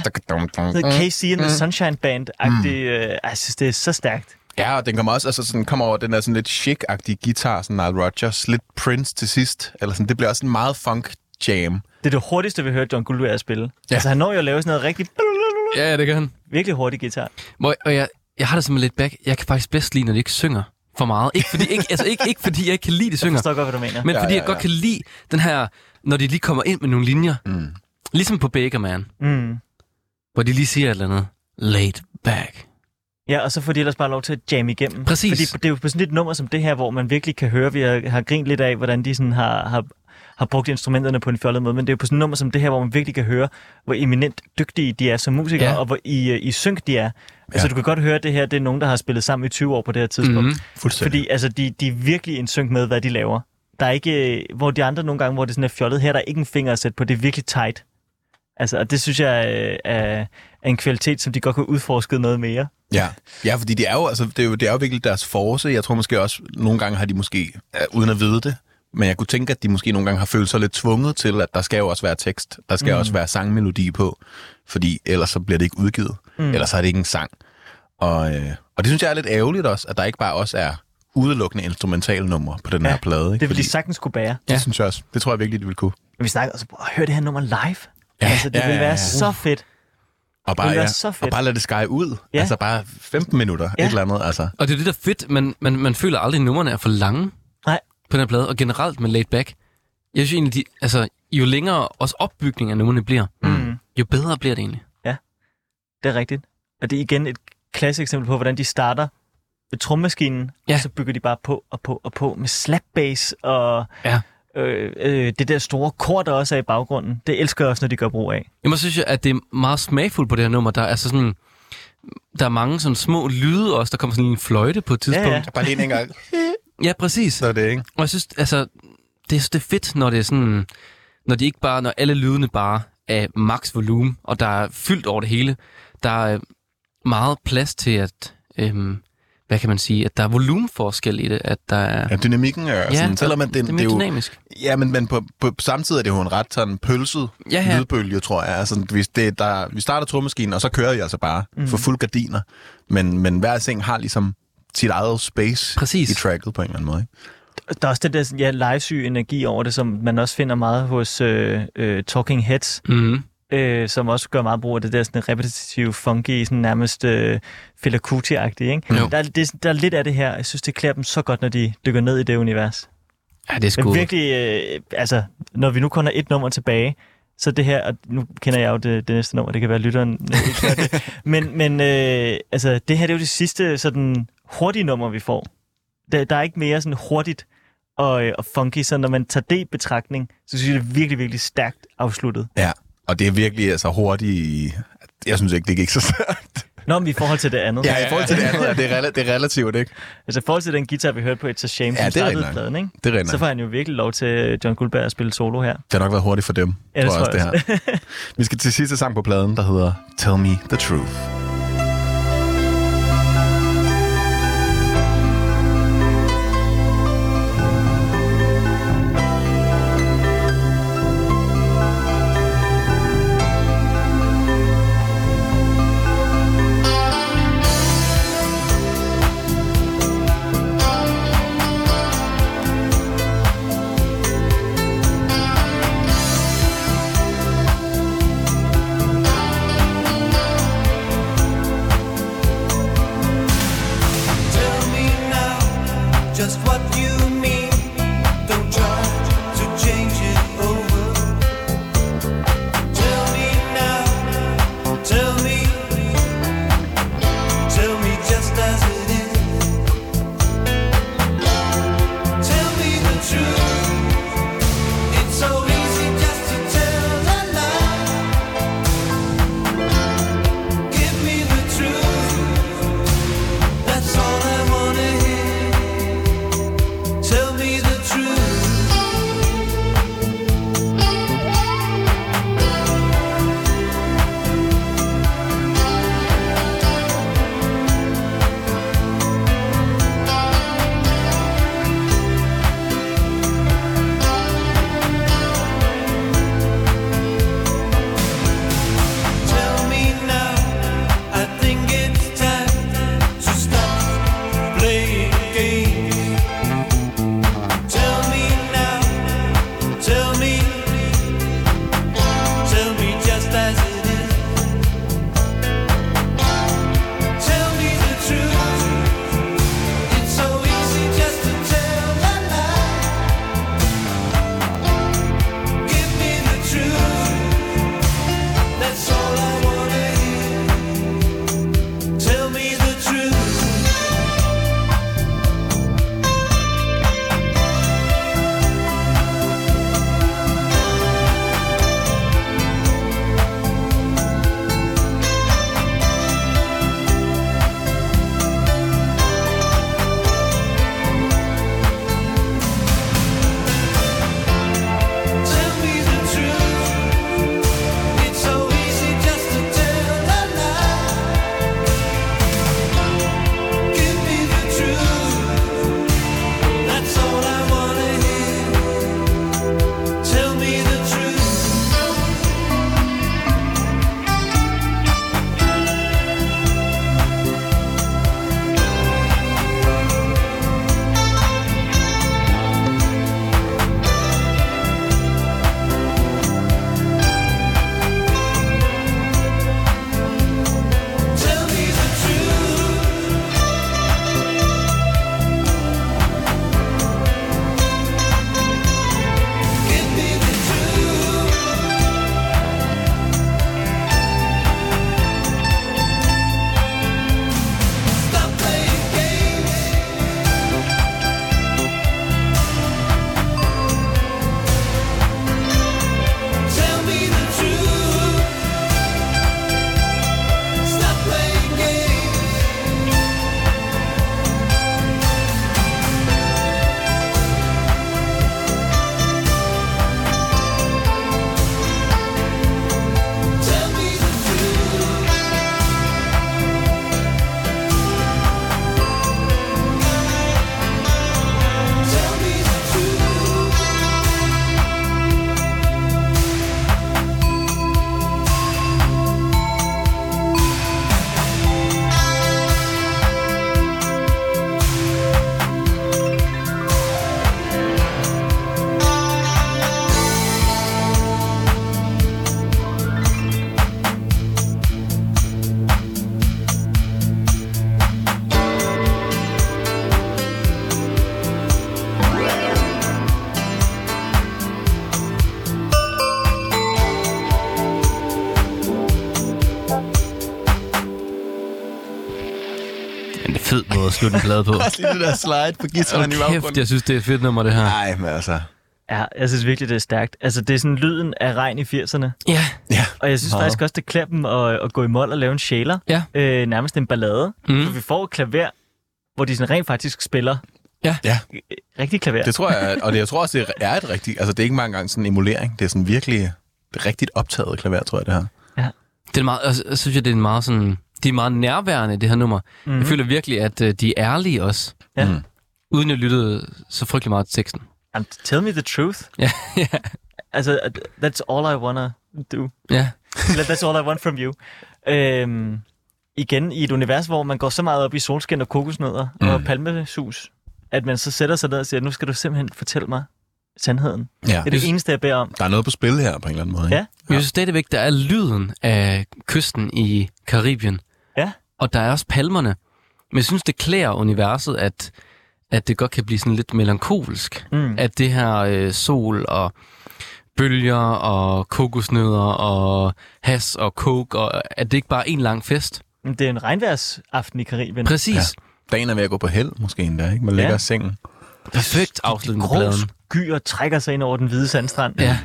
K C and the Sunshine Band-agtig. Øh, jeg synes, det er så stærkt. Ja, og den kommer også, altså sådan, kommer over den der sådan lidt chic-agtige guitar, sådan Nile Rodgers, lidt Prince til sidst. Eller sådan, det bliver også en meget funk-jam. Det er det hurtigste, vi har hørt John Goodwin spille. Ja. Altså, han når jo at lave sådan noget rigtig... Ja, ja, det kan han. Virkelig hurtig guitar. Hvor, og jeg, jeg har det som lidt back. Jeg kan faktisk bedst lide, når de ikke synger for meget. Ikke fordi, ikke, altså ikke, ikke fordi jeg ikke kan lide, de synger. Jeg forstår godt, hvad du mener. Men Ja, fordi ja, jeg godt ja. kan lide den her, når de lige kommer ind med nogle linjer. Mm. Ligesom på Baker Man. Mm. Hvor de lige siger et eller andet. Laid back. Ja, og så får de ellers bare lov til at jamme igennem. Præcis. Fordi det er jo på sådan et nummer som det her, hvor man virkelig kan høre, vi har, har grint lidt af, hvordan de sådan har, har, har brugt instrumenterne på en fjollet måde, men det er jo på sådan et nummer som det her, hvor man virkelig kan høre, hvor eminent dygtige de er som musikere, Ja. og hvor i, i synk de er. Altså, du kan godt høre, at det her det er nogen, der har spillet sammen i tyve år på det her tidspunkt. Mhm. Fuldstændig. Fordi altså, de, de er virkelig en synk med, hvad de laver. Der er ikke, hvor de andre nogle gange, hvor det sådan er fjollet, her der er ikke en finger at sætte på, det er virkelig tight. Altså, og det synes jeg øh, er, er en kvalitet, som de godt kan udforske noget mere. Ja. ja, fordi det er jo, altså, det er jo, det er jo virkelig deres force. Jeg tror måske også, nogle gange har de måske, uh, uden at vide det, men jeg kunne tænke, at de måske nogle gange har følt sig lidt tvunget til, at der skal jo også være tekst. Der skal mm. også være sangmelodi på, fordi ellers så bliver det ikke udgivet. Mm. Ellers så er det ikke en sang. Og, øh, og det synes jeg er lidt ærgerligt også, at der ikke bare også er udelukkende instrumentale numre på den Ja, her plade. Ikke? Det vil Fordi, de sagtens kunne bære. det synes jeg også. Det tror jeg virkelig, de vil kunne. Men vi snakker også, at høre det her nummer live. Ja, Altså, det ja, vil ja, være ja. så fedt. Og bare, Det vil være ja, så fedt. og bare lade det skære ud. Ja. Altså bare femten minutter, Ja. et eller andet. Altså. Og det er det, der er fedt. Man, man, man føler aldrig, at numrene er for lange Nej. på den her plade. Og generelt med laid back. Jeg synes egentlig, de, altså, jo længere også opbygning af numrene bliver, Mm. jo bedre bliver det egentlig. Det er rigtigt. Og det er igen et klassisk eksempel på, hvordan de starter med trommaskinen, Ja. og så bygger de bare på og på og på med slap bass og Ja. øh, øh, det der store kor, der også er i baggrunden. Det elsker jeg også, når de gør brug af. Jeg synes, at det er meget smagfuldt på det her nummer. Der er altså sådan... Der er mange sådan små lyde også. Der kommer sådan en fløjte på et tidspunkt. Ja, ja. Bare lige en gang. Ja, præcis. Så er det, ikke? Og jeg synes, altså, det er, det er fedt, når det er sådan, når de ikke bare, når alle lydene bare er max volumen, og der er fyldt over det hele. Der er meget plads til, at, øhm, hvad kan man sige, at der er volumenforskel i det, at der er... Ja, dynamikken er ja, sådan, selvom at det, det, det er det mere er jo, dynamisk. ja, men, men på, på, på samme tid er det jo en ret sådan pølset Ja, ja. lydbølge, tror jeg. Altså, vi, det, der, vi starter trommaskinen, og så kører jeg altså bare mm. for fuld gardiner. Men, men hver seng har ligesom sit eget space Præcis. i tracket på en eller anden måde. Ikke? Der er også den der ja, livesyge energi over det, som man også finder meget hos øh, øh, Talking Heads, Mm-hmm. øh, som også gør meget brug af det der sådan repetitive, funky, sådan nærmest øh, Fela Kuti-agtige. Ikke? Jo. Der, er, det, der er lidt af det her. Jeg synes, det klæder dem så godt, når de dykker ned i det univers. Ja, det er sgu... Men virkelig, øh, altså, når vi nu kun har et nummer tilbage, så det her, og nu kender jeg jo det, det næste nummer, det kan være lytteren øh, ikke gør det, men, men øh, altså, det her det er jo det sidste sådan hurtige nummer, vi får. Der, der er ikke mere sådan hurtigt og, øh, og funky, så når man tager det i betragtning, så synes jeg, det er virkelig, virkelig stærkt afsluttet. Ja, og det er virkelig altså hurtigt i... Jeg synes ikke, det gik så stærkt. Nå, men i forhold til det andet. Ja, i forhold til det andet, er det, rela- det er relativt, ikke? Altså i forhold til den guitar, vi hørte på It's a Shame, Ja, som det er startede rigtig nok. pladen, ikke? Det er rigtig Så nok. får han jo virkelig lov til John Goodberg at spille solo her. Det har nok været hurtigt for dem, Ja, det tror det jeg her. Vi skal til sidste sang på pladen, der hedder Tell Me the Truth. Tell me now just what you mean. Don't try to change it over. Tell me now, tell me, tell me just as it is. Tell me the truth. It's so easy just to tell a lie. Give me the truth. That's måde at slutte en plade på. Også lige det der slide på guitaren i Kæft, baggrunden. jeg synes, det er et fedt nummer, det her. Nej, men altså... Ja, jeg synes virkelig, det er stærkt. Altså, det er sådan lyden af regn i firserne. Ja. Ja. Og jeg synes Meget. faktisk også, det klæder dem at, at gå i mål og lave en sjæler. Ja. Øh, nærmest en ballade. Mm. For vi får et klaver, hvor de sådan rent faktisk spiller Ja, rigtig klaver. det tror jeg, og det, jeg tror også, det er et rigtigt... Altså, det er ikke mange gange sådan en emulering. Det er sådan virkelig... Det er rigtigt optaget klaver, tror jeg, det her. Det er meget, jeg, jeg synes, jeg, det er en meget sådan... De er meget nærværende, det her nummer. Mhm. Mm. Jeg føler virkelig, at uh, de er ærlige også. Ja. Mm. Uden jeg lyttede så frygtelig meget til teksten. Jamen, tell me the truth. Ja, ja, Altså, that's all I wanna do. ja. That's all I want from you. Øhm, igen, i et univers, hvor man går så meget op i solskin og kokosnødder mm. og palmesus, at man så sætter sig ned og siger, nu skal du simpelthen fortælle mig sandheden. Ja. Det er det eneste, jeg beder om. Der er noget på spil her, på en eller anden måde. Ikke? Ja. Jeg synes stadigvæk, der er lyden af kysten i Karibien. Ja. Og der er også palmerne. Men jeg synes, det klæder universet, at, at det godt kan blive sådan lidt melankolsk. Mm. At det her øh, sol og bølger og kokosnødder og has og coke, og at det ikke bare er en lang fest. Det er en regnværsaften i Karibien. Præcis. Ja. Ja. Dagen er ved at gå på held, måske endda, ikke? Man ligger Ja. i sengen. Perfekt afslutning på Grå pladen. skyer trækker sig ind over den hvide sandstrand, Ja,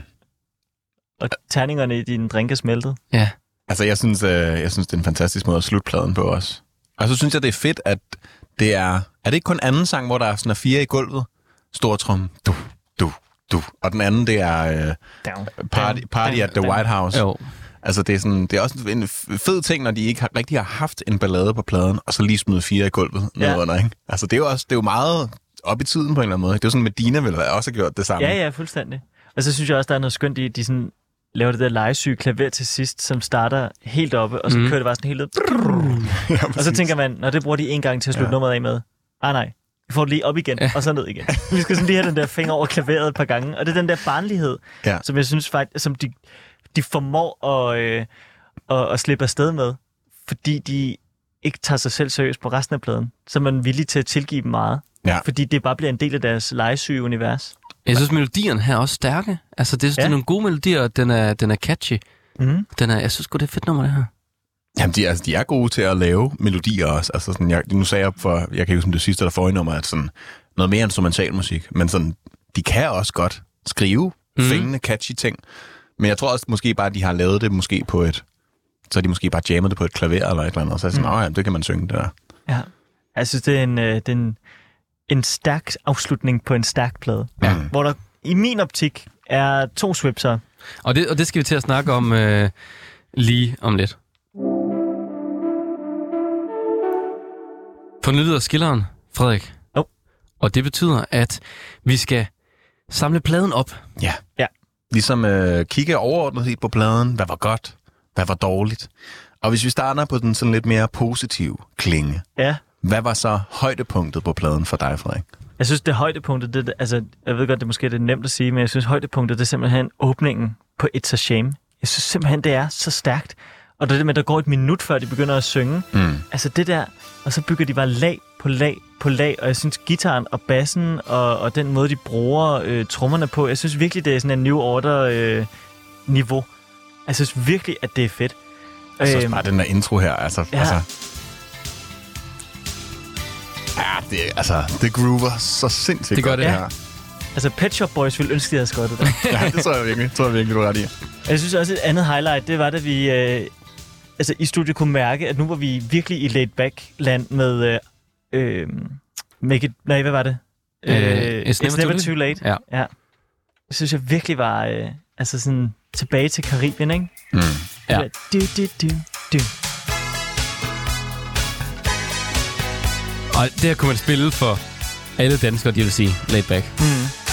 og terningerne i din drink er smeltet. ja. Altså, jeg synes, øh, jeg synes, det er en fantastisk måde at slutte pladen på os. Og så synes jeg, det er fedt, at det er... Er det ikke kun anden sang, hvor der er sådan er fire i gulvet? Stortrum, du, du, du. Og den anden, det er øh, Down. party, party at the White House. Jo. Altså, det er, sådan, det er også en f- fed ting, når de ikke har, rigtig har haft en ballade på pladen, og så lige smide fire i gulvet Ja. nedunder, ikke? Altså, det er jo også det er jo meget op i tiden på en eller anden måde. Det er jo sådan, Medina ville også have gjort det samme. Ja, ja, fuldstændig. Og så synes jeg også, der er noget skønt i, at de sådan laver det der legesyge klaver til sidst, som starter helt oppe, og så Mhm. mm. kører det bare sådan helt ned. Ja, Og så tænker man, når det bruger de en gang til at slutte Ja. ja. nummeret af med. Ah nej, vi får det lige op igen, ja. og så ned igen. Vi skal sådan lige have den der finger over klaveret et par gange. Og det er den der barnlighed, Ja. som jeg synes faktisk, som de, de formår at, øh, at, at slippe afsted med, fordi de ikke tager sig selv seriøst på resten af pladen. Så er man villig til at tilgive dem meget. Ja. Fordi det bare bliver en del af deres legesyge univers. Jeg synes, melodierne her er også stærke. Altså, det, ja. det er nogle gode melodier, og den er, den er catchy. Mm. Den er, jeg synes godt det er et fedt nummer, det her. Jamen, de, altså, de er gode til at lave melodier også. Altså, sådan, jeg, nu sagde jeg for, jeg kan ikke huske det sidste eller forrige nummer, at sådan noget mere instrumental musik, men sådan, de kan også godt skrive mm. fængende, catchy ting. Men jeg tror også måske bare, at de har lavet det måske på et, så har de måske bare jammet det på et klaver eller et eller andet, og så er det sådan, mm. ja, det kan man synge det der. Ja, jeg synes, det er en, øh, det er en, en stærk afslutning på en stærk plade. Ja. Hvor der i min optik er to swipser. Og det, og det skal vi til at snakke om øh, lige om lidt. For nu lyder skilleren, Frederik. Jo. Og det betyder, at vi skal samle pladen op. Ja. Ja. Ligesom øh, kigge overordnet helt på pladen. Hvad var godt? Hvad var dårligt? Og hvis vi starter på den sådan lidt mere positive klinge. Ja, Hvad var så højdepunktet på pladen for dig, Frederik? jeg synes, det højdepunktet, det, altså, jeg ved godt, det måske er det nemt at sige, men jeg synes, højdepunktet, det er simpelthen åbningen på It's a Shame. Jeg synes simpelthen, det er så stærkt. Og det er det med, at der går et minut, før de begynder at synge. Mm. Altså det der, og så bygger de bare lag på lag på lag, og jeg synes, gitaren og bassen og, og den måde, de bruger øh, trommerne på, jeg synes virkelig, det er sådan en New Order-niveau. Øh, jeg synes virkelig, at det er fedt. Jeg synes Øhm, bare, den der intro her, altså... Ja. altså ja, det, altså, det groover så sindssygt Det gør godt, det. her. Altså Pet Shop Boys ville ønske, de havde skottet det. Ja, det tror jeg virkelig. Det tror jeg virkelig, du er ret i. Jeg synes også, et andet highlight, det var, da vi øh, altså, i studiet kunne mærke, at nu var vi virkelig i laid-back-land med... Øh, øh, make it, nej, hvad var det? Øh, It's Never Too Late. Too Late. Ja. ja. Det synes jeg virkelig var øh, altså sådan tilbage til Karibien, ikke? Mm. Ja. Du, du, du, du. Og det her kunne man spille for alle danskere, de vil sige laid back. Mm.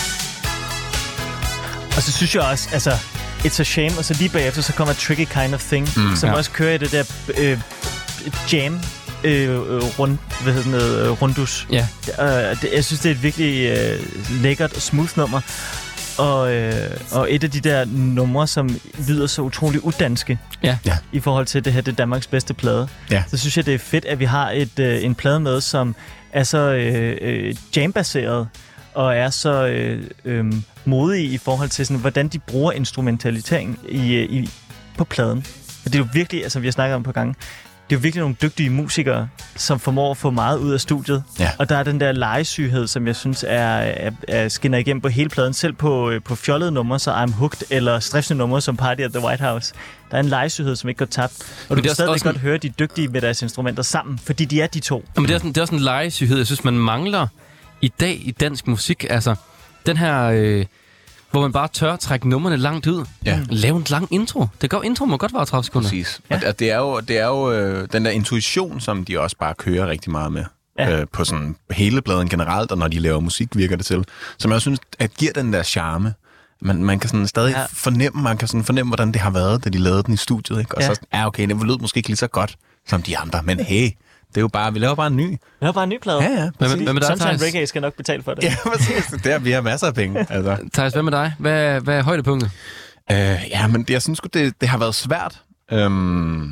Og så synes jeg også, altså, It's a Shame, og så lige bagefter, så kommer Tricky Kind of Thing, mm, som ja. også kører i det der øh, jam øh, øh, rund, hvad hedder sådan noget, øh, rundus. Ja. Uh, det, jeg synes, det er et virkelig øh, lækkert og smooth nummer. Og, øh, og et af de der numre, som lyder så utrolig udanske Ja. Ja. i forhold til det her, det er Danmarks bedste plade. Ja. Så synes jeg, det er fedt, at vi har et, øh, en plade med, som er så øh, øh, jam-baseret og er så øh, øh, modig i forhold til, sådan, hvordan de bruger instrumentaliteten i, i, på pladen. Og det er jo virkelig, altså vi har snakket om på gange, det er jo virkelig nogle dygtige musikere, som formår at få meget ud af studiet. Ja. Og der er den der legesyghed, som jeg synes er, er, er skinner igennem på hele pladen. Selv på, på fjollede numre, så I'm Hooked, eller stressende numre som Party at the White House. Der er en legesyghed, som ikke går tabt. Og du det er kan stadig også godt en- høre de dygtige med deres instrumenter sammen, fordi de er de to. Men det er sådan, det er sådan en legesyghed, jeg synes, man mangler i dag i dansk musik. Altså, den her, øh, hvor man bare tør at trække numrene langt ud. Ja. Lave en lang intro. Det går, intro må godt være tredive sekunder. Præcis. Ja. Og det er jo, det er jo øh, den der intuition, som de også bare kører rigtig meget med. Ja. Ja. Øh, på sådan hele pladen generelt, og når de laver musik, virker det til. Som jeg synes, at giver den der charme. Man, man kan sådan stadig Ja. ja. fornemme, man kan sådan fornemme, hvordan det har været, da de lavede den i studiet. Ikke? Og Ja. ja. så, ja okay, det lød måske ikke lige så godt som de andre, men hey, det er jo bare, vi laver bare en ny. Det er bare en ny plade. Ja, ja. Hvad med, hvad med dig, Sunshine Thijs? Reggae skal nok betale for det. Ja, præcis. Der vi har masser af penge. Altså. Thijs, hvad med dig? Hvad, hvad er højdepunktet? Øh, ja, men det, jeg synes sgu, det, det har været svært. Øhm,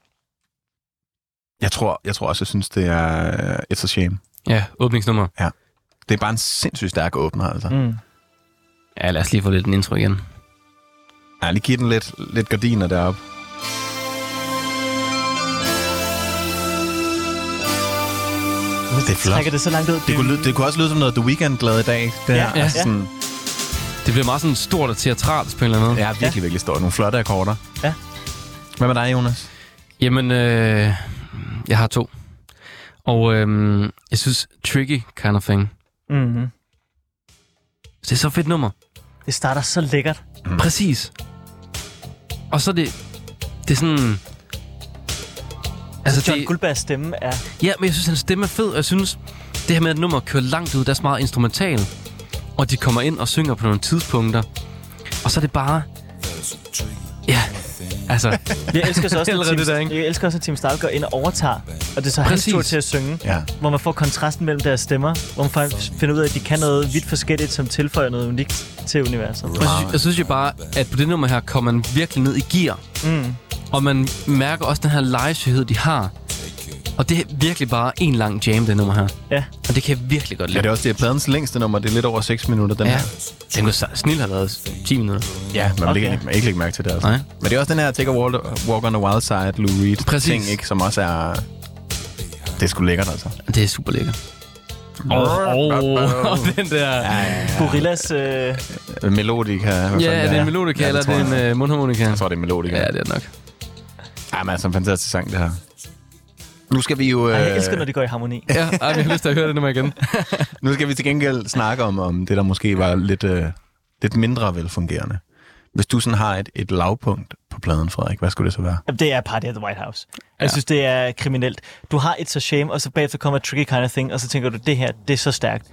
jeg, tror, jeg tror også, jeg synes, det er uh, It's a Shame. Ja, åbningsnummer. Det er bare en sindssygt stærk åbner, altså. Mm. Mm. Ja, lad os lige få lidt en intro igen. Ja, lige give den lidt, lidt gardiner deroppe. Det er flot. Trækker det så langt ud. Det kunne, lyde, det kunne også lyde som noget The Weeknd lavede i dag. Det Ja, er ja. altså sådan, Det bliver meget sådan stort og teatralt på en eller anden måde. ja, virkelig, ja. virkelig stort. Nogle flotte akkorder. Ja. Hvad med dig, Jonas? Jamen, øh, jeg har to. Og øh, jeg synes, Tricky Kind of Thing. Mm-hmm. Det er så fedt nummer. Det starter så lækkert. Mm. Præcis. Og så er det... Det er sådan... Altså, John det, Guldbergs stemme er... ja, men jeg synes, hans stemme er fed, og jeg synes, det her med, at nummer kører langt ud, der er så meget instrumental. Og de kommer ind og synger på nogle tidspunkter. Og så er det bare... Ja, altså... Jeg elsker så også, Allerede at det der, Tim, ikke? jeg elsker også, at Tim Stahl går ind og overtager. Og det er så hans Præcis. tur til at synge. Ja. Hvor man får kontrasten mellem deres stemmer. Hvor man faktisk finder ud af, at de kan noget vidt forskelligt, som tilføjer noget unikt til universet. Og jeg, synes, jeg synes jo bare, at på det nummer her kommer man virkelig ned i gear. Mm. Og man mærker også den her legesyghed, de har. Og det er virkelig bare en lang jam, det nummer her. Ja. Og det kan jeg virkelig godt Ja, lide. det er også det er pladens længste nummer. Det er lidt over seks minutter, den Ja, her. den kunne snil have været ti minutter. Ja, man vil Okay. ikke, man vil ikke lægge mærke til det. Altså. Nej. Men det er også den her Take a Walk, walk on the Wild Side, Lou Reed Præcis. ting, ikke? Som også er... Det er sgu lækkert, altså. Det er super lækkert. Og den der... Ja, ja, ja. Gorillas... Øh, Melodika. hvad fanden Ja, er det er. en melodika, Ja, eller det er det tror en jeg. uh, mundharmonika? Jeg tror, det er en melodika. Ja, det er det nok. Ja, men altså en fantastisk sang, det her. Nu skal vi jo... ej, Øh, jeg elsker, når de går i harmoni. Ja, ej, jeg har lyst til at høre det nummer igen. nu skal vi til gengæld snakke om, om det, der måske var lidt, øh, lidt mindre velfungerende. Hvis du sådan har et, et lavpunkt på pladen, Frederik, hvad skulle det så være? Jamen, det er Party at the White House. Jeg Ja. synes, det er kriminelt. Du har It's a Shame, og så bagefter kommer Tricky Kind of Thing, og så tænker du, det her, det er så stærkt.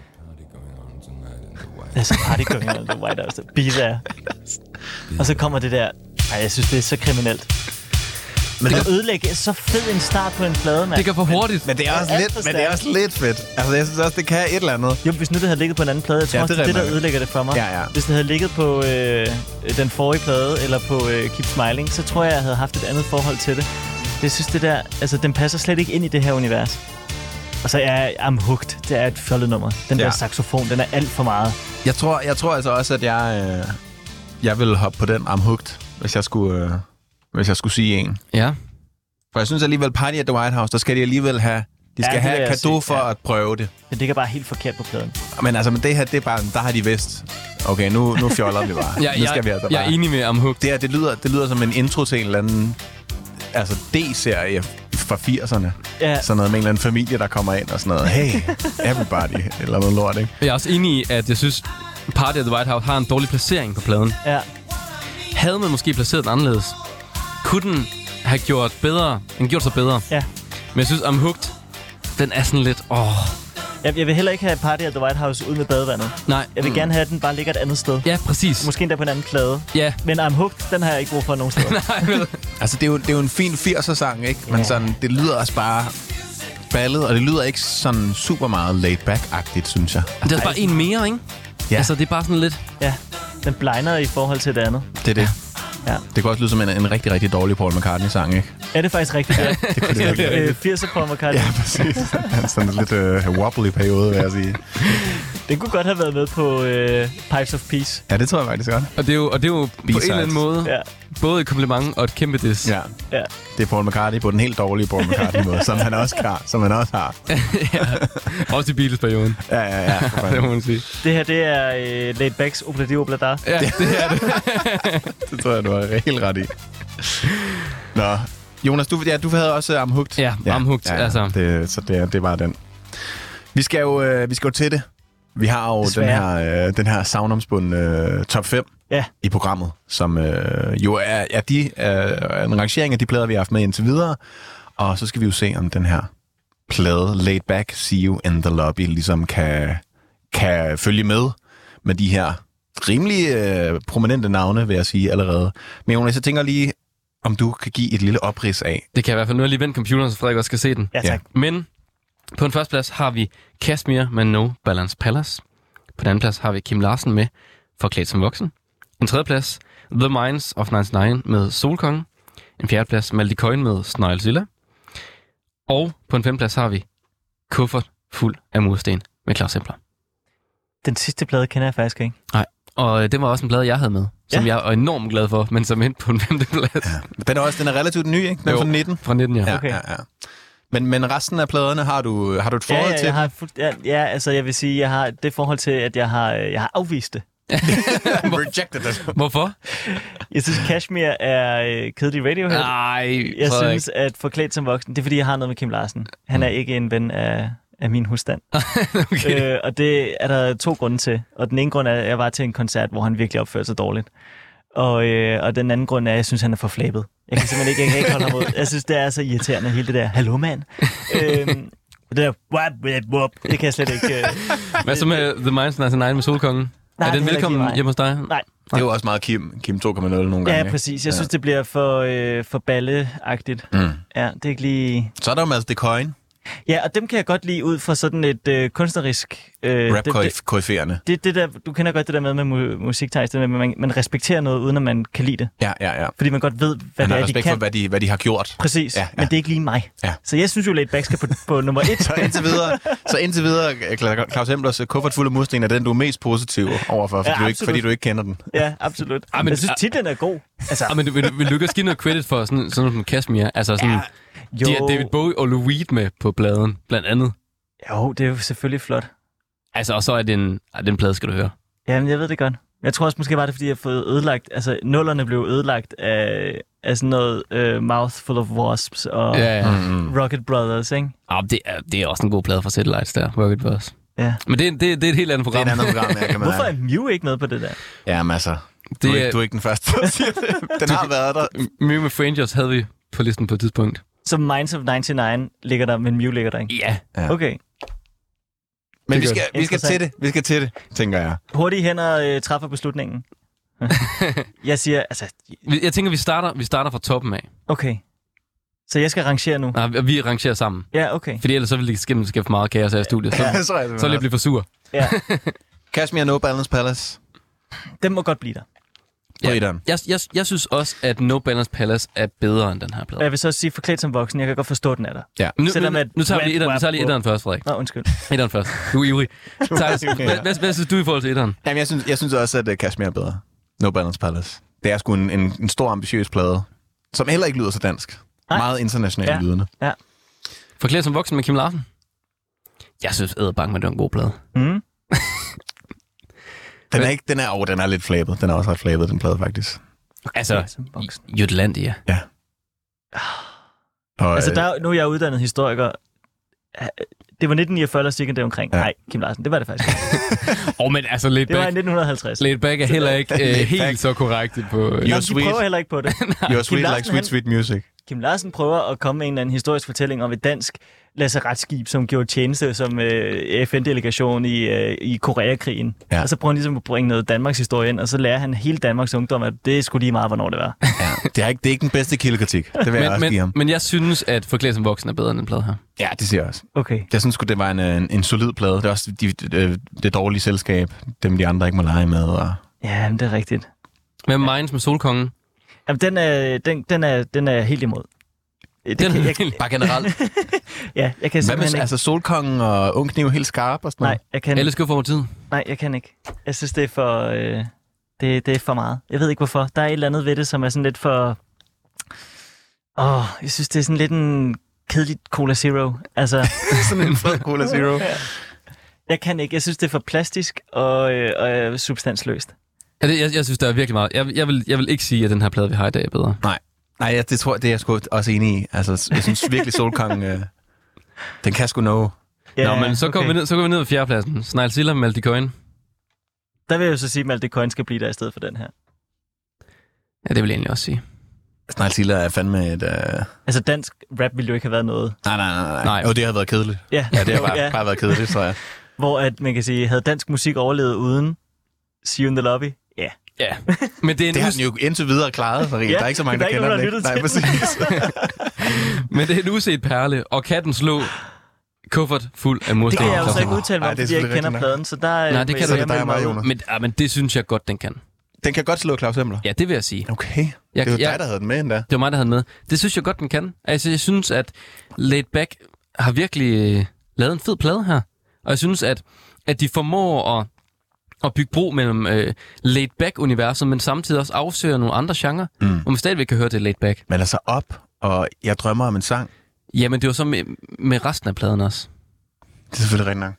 Det er så Party going on at the White House. Be there. Og så kommer det der... Ej, jeg synes, det er så kriminelt. Men det kan ødelægge så fed en start på en plade, mand. Det går for hurtigt. Men det er også, alt lidt, for men det er stærkt. også lidt fedt. Altså, jeg synes også, det kan et eller andet. Jo, hvis nu det havde ligget på en anden plade, jeg tror Ja, ja, det det, er det, det, der rigtigt. ødelægger det for mig. Ja, ja. Hvis det havde ligget på øh, den forrige plade, eller på øh, Keep Smiling, så tror jeg, jeg havde haft et andet forhold til det. Det synes det der, altså den passer slet ikke ind i det her univers. Og så er I'm Hooked, det er et fjollet nummer. Den Ja. der saxofon, den er alt for meget. Jeg tror, jeg tror altså også, at jeg, øh, jeg vil hoppe på den I'm Hooked, hvis jeg skulle, øh, hvis jeg skulle sige en. Ja. For jeg synes alligevel, Party at the White House, der skal de alligevel have... De skal det have vil et jeg cadeau sige, for ja. at prøve det. Det ligger bare helt forkert på pladen. Men altså, men det her, det er bare, der har de vidst. Okay, nu, nu fjoller vi bare. Ja, nu jeg, skal vi altså jeg er bare. enig med I'm Hooked. Det her, det lyder, det lyder som en intro til en eller anden altså D-serie fra firserne. Ja, Sådan noget med en eller anden familie, der kommer ind og sådan noget. Hey, everybody. Eller noget lort, ikke? Jeg er også enig i, at jeg synes, Party at the White House har en dårlig placering på pladen. ja. Havde man måske placeret den anderledes, kunne den have gjort bedre, den gjort sig bedre. Ja. Men jeg synes, I'm Hooked, den er sådan lidt, åh, Jeg, jeg vil heller ikke have Party at the White House ud med badevandet. nej. Jeg vil mm. gerne have, at den bare ligger et andet sted. Ja, præcis. Måske endda på en anden plade. Ja. Men I'm Hooked, den har jeg ikke brug for nogen steder. Nej, vel. Altså, det er jo, det er jo en fin firser-sang, ikke? Men Ja. sådan, det lyder også bare ballet, og det lyder ikke sådan super meget laid-back-agtigt, synes jeg. Det er også bare en mere, ikke? Ja. Altså, det er bare sådan lidt... Ja, den blinder i forhold til det andet. Det er det. Ja. Det kan også lyde som en, en rigtig, rigtig dårlig Paul McCartney-sang, ikke? Er det faktisk rigtigt? Ja, Det kunne det virkelig. øh, firser Paul McCartney. Ja, præcis. Han er sådan en lidt øh, wobbly periode, vil jeg sige. Det kunne godt have været med på øh, Pipes of Peace. Ja, det tror jeg faktisk godt. Og det er jo, og det er jo på en eller anden måde Ja. både et kompliment og et kæmpe diss. Ja. Ja. Det er Paul McCartney på den helt dårlige Paul McCartney-måde, som han også har. Som han også har. Også i Beatles-perioden. Ja, ja, ja. for fanden. Det må man sige. Det her, det er øh, Laid Backs Obladi Obladar. Ja, det er det. Det tror jeg, du har helt ret i. Nå, Jonas, du, ja, du havde også I'm Hooked. Ja, I'm Hooked, Ja, ja. altså. Det, så det, det var den. Vi skal jo, øh, vi skal jo til det. Vi har jo den Desværre. her, øh, den her savnomspundne øh, top fem Ja. i programmet, som øh, jo er, er de, øh, en rangering af de plader, vi har haft med indtil videre. Og så skal vi jo se, om den her plade, Laid Back, See You in the Lobby, ligesom kan, kan følge med med de her rimelig øh, prominente navne, vil jeg sige allerede. Men Jonas, jeg tænker lige, om du kan give et lille oprids af. Det kan jeg i hvert fald. Nu har jeg lige vendt computeren, så Frederik også skal se den. Ja, tak. Men på en første plads har vi Kashmir med No Balance Palace. På den anden plads har vi Kim Larsen med Forklædt som voksen. En tredje plads, The Minds of nioghalvfems med Solkongen. En fjerde plads, Maldi Coin med Snøjlzilla. Og på en femte plads har vi Kuffert fuld af mursten med Claus Hempler. Den sidste plade kender jeg faktisk ikke. Nej, og øh, det var også en plade, jeg havde med, som Ja. jeg er enormt glad for, men som endte på en femte plads. Ja. Den er også den er relativt ny, ikke? Den er Jo. fra nitten. Fra nitten, ja. Ja, Okay. ja, ja. Men, men resten af pladerne, har du, har du et Ja, forhold ja, til? jeg har fuld, ja, ja, altså jeg vil sige, jeg har det forhold til, at jeg har, jeg har afvist det. Rejected it. Hvorfor? Jeg synes, Kashmir er øh, kedelig Radiohead. Nej, Jeg Frederik. synes, at Forklædt som voksen, det er fordi, jeg har noget med Kim Larsen. Han er ikke en ven af, af min husstand. Okay. øh, og det er der to grunde til. Og den ene grund er, at jeg var til en koncert, hvor han virkelig opførte sig dårligt. Og, øh, og den anden grund er, at jeg synes, han er for flabet. Jeg kan simpelthen ikke, jeg kan ikke holde ham ud. Jeg synes, det er så irriterende, hele det der, hallo mand. øhm, det der, wap, wap, wap, det kan jeg slet ikke... Øh, Hvad så med The Minds nioghalvfems med Solkongen? Nej, er den det er velkommen ikke lige mig. hjemme hos dig? nej, Det er jo også meget Kim, Kim to komma nul nogle gange. ja, ikke? præcis. Jeg Ja. synes, det bliver for, øh, for balleagtigt. Mm. Ja, det er ikke lige... Så er der jo Mads DeCoin, Ja, og dem kan jeg godt lide ud fra sådan et øh, kunstnerisk... Øh, det, det, rap-koryferende. det, det der, du kender godt det der med med mu- musiktekst, det der med, at man, man respekterer noget, uden at man kan lide det. Ja, ja, ja. Fordi man godt ved, hvad Han det har er, de respekt kan. for, hvad de, hvad de har gjort. Præcis, Ja, ja, ja. men det er ikke lige mig. Ja. Så jeg synes jo, Laid Back skal på, på nummer et. Så indtil videre, så indtil videre Claus Hemblers kuffert fuld af mursten er den, du er mest positiv overfor, fordi, Ja, du, ikke, absolut. fordi du ikke kender den. Ja, absolut. Ah, men, men- jeg synes, titlen er god. Altså, Ah, men vil, vil, vil du ikke også give noget credit for sådan, sådan noget som Kashmir? Altså sådan, Ja, ja, de har David Bowie og Lou Reed med på pladen, blandt andet. Jo, det er jo selvfølgelig flot. Altså, og så er det en, ah, den plade, skal du høre. Jamen, jeg ved det godt. Jeg tror også måske var det, fordi jeg har fået ødelagt... Altså, nullerne blev ødelagt af, af sådan noget uh, Mouthful of Wasps og Ja, ja. Mm. Rocket Brothers, ikke? Ah, det, er, det er også en god plade fra Satellites der, Rocket Bus. Ja. Men det, er- det, det er et helt andet Det er program. et andet program, jeg kan Hvorfor mærke. er Mew ikke med på det der? Ja, masser. Du, Det er er- ikke, du er ikke den første, der siger det. Den har været der. Mew med Frangers havde vi på listen på et tidspunkt. Så Minds of nioghalvfems ligger der, men Mew ligger der ikke. Ja. Ja. Okay. Men Det vi gør skal, det. vi skal til det. Vi skal til det, tænker jeg. Hurtige hænder øh, træffer beslutningen. Jeg siger, altså, Vi- Jeg tænker, vi starter, vi starter fra toppen af. okay. Så jeg skal rangere nu? Nej, vi rangerer sammen. Ja, okay. Fordi ellers så ville det ske, ske for meget kaos her i studiet. Så, Ja, så er det så ville jeg blive for sur. Ja, Kashmir No Balance Palace. den må godt blive der. På Ja. etteren. Jeg, jeg, jeg synes også, at No Balance Palace er bedre end den her Og plade. jeg vil så også sige, forklædt som voksen, jeg kan godt forstå, den er der. Ja. Nu, Selvom nu, at- nu tager vi lige etteren, vi tager lige etteren først, Frederik. Nå, undskyld. Etteren først. Du er ivrig. Thijs, hvad, hvad, hvad synes du i forhold til etteren? Jamen, jeg synes, jeg synes også, at uh, Kashmir er bedre. No Balance Palace. Det er sgu en, en, en stor, ambitiøs plade, som heller ikke lyder så dansk. Nej. Meget internationalt Ja. lydende. Forklædt som voksen med Kim Larsen? Jeg synes, Edderbank med det er en god plade. Mm. Den er ikke, den er, oh, den er lidt flabet. Den er også ret flabet, den plade, faktisk. Altså, som voksen. Jutlandia. Og, Altså, øh, der, nu er jeg uddannet historiker. Det var nitten niogfyrre, der cirka det omkring. Ja. Nej, Kim Larsen, det var det faktisk ikke. Åh, oh, men altså, Laid Det var i Back, nitten halvtreds. Laid Back er heller ikke uh, Laid Back. helt så korrekt på... You're Jamen, de sweet. prøver heller ikke på det. You're sweet Larsen, like sweet, han- sweet music. Kim Larsen prøver at komme med en eller anden historisk fortælling om et dansk lazaretskib, som gjorde tjeneste som øh, F N-delegation i, øh, i Koreakrigen. Ja. Ja. Og så prøver han ligesom at bringe noget Danmarks historie ind, og så lærer han hele Danmarks ungdom, at det er sgu lige meget, hvornår det var. Ja, det, er ikke, det er ikke den bedste kildekritik. Det vil jeg også Men, give ham. men, men jeg synes, at Forklædt som voksen er bedre end den plade her. Ja, det siger jeg også. Okay. Jeg synes sgu, det var en, en, en solid plade. Det er også de, de, det dårlige selskab, dem de andre ikke må lege med. Og... Ja, men det er rigtigt. Med Minds med Solkongen. Jamen, den er, den, den er, den er jeg helt imod. Det Den kan, er jeg, bare generelt. ja, jeg kan Hvad simpelthen med ikke. altså Solkongen og Ungkniv helt skarp og sådan Nej, noget? jeg kan, Alle skuffer over tid. nej, jeg kan ikke. Jeg synes, det er for... Øh, det, det er for meget. Jeg ved ikke, hvorfor. Der er et eller andet ved det, som er sådan lidt for... Åh, jeg synes, det er sådan lidt en kedelig Cola Zero. Altså, Sådan en fed Cola Zero. jeg kan ikke. Jeg synes, det er for plastisk og, øh, og øh, substansløst. Ja, det, jeg, jeg synes, der er virkelig meget. Jeg, jeg, vil, jeg vil ikke sige, at den her plade, vi har i dag, er bedre. Nej, Nej ja, det tror jeg, det er jeg sgu også enig i. Altså, jeg synes virkelig, Solkongen, øh, den kan sgu nå. Ja, Nå, men så okay. går vi ned, så går vi ned ved fjerdepladsen. Snegl med Maldi Coin. Der vil jeg jo så sige, at Maldi Coin skal blive der i stedet for den her. Ja, det vil jeg egentlig også sige. Snegl er fandme et... Øh... Altså, dansk rap ville jo ikke have været noget. Nej, nej, nej. nej. Nej. Jo, det har været kedeligt. Ja, Ja, det har jo, bare, ja. bare været kedeligt, tror jeg. Hvor at man kan sige, havde dansk musik overlevet uden See You in the Lobby? Ja. Ja, men det er en, Det har us- den jo indtil videre klaret, Marie. Ja, Der er ikke så mange, der der, er ikke kender nogen, den. der Ikke? lyttede Nej, til præcis. men det er en uset perle, og kan den slå kuffert fuld af mursten. Det kan jeg jo så ikke Nå. udtale mig Ej, om, det er fordi jeg ikke selvfølgelig kender rigtigt pladen, så der Nej, det kan Så er du det dig og mig, Jonas. Men, ja, men det synes jeg godt, den kan. Den kan godt slå Claus Hempler. Ja, det vil jeg sige. Okay. Jeg, Det er jo jeg, dig, der havde den med endda. Det var mig, der havde den med. Det synes jeg godt, den kan. Altså, jeg synes, at Laid Back har virkelig øh, lavet en fed plade her. Og jeg synes, at, at de formår at, at bygge bro mellem øh, Laid Back-universet, men samtidig også afsøger nogle andre genrer, mm. hvor man stadigvæk kan høre det Laid Back. Men altså op, og jeg drømmer om en sang. Jamen, det var så med, med resten af pladen også. Det er selvfølgelig rigtigt nok.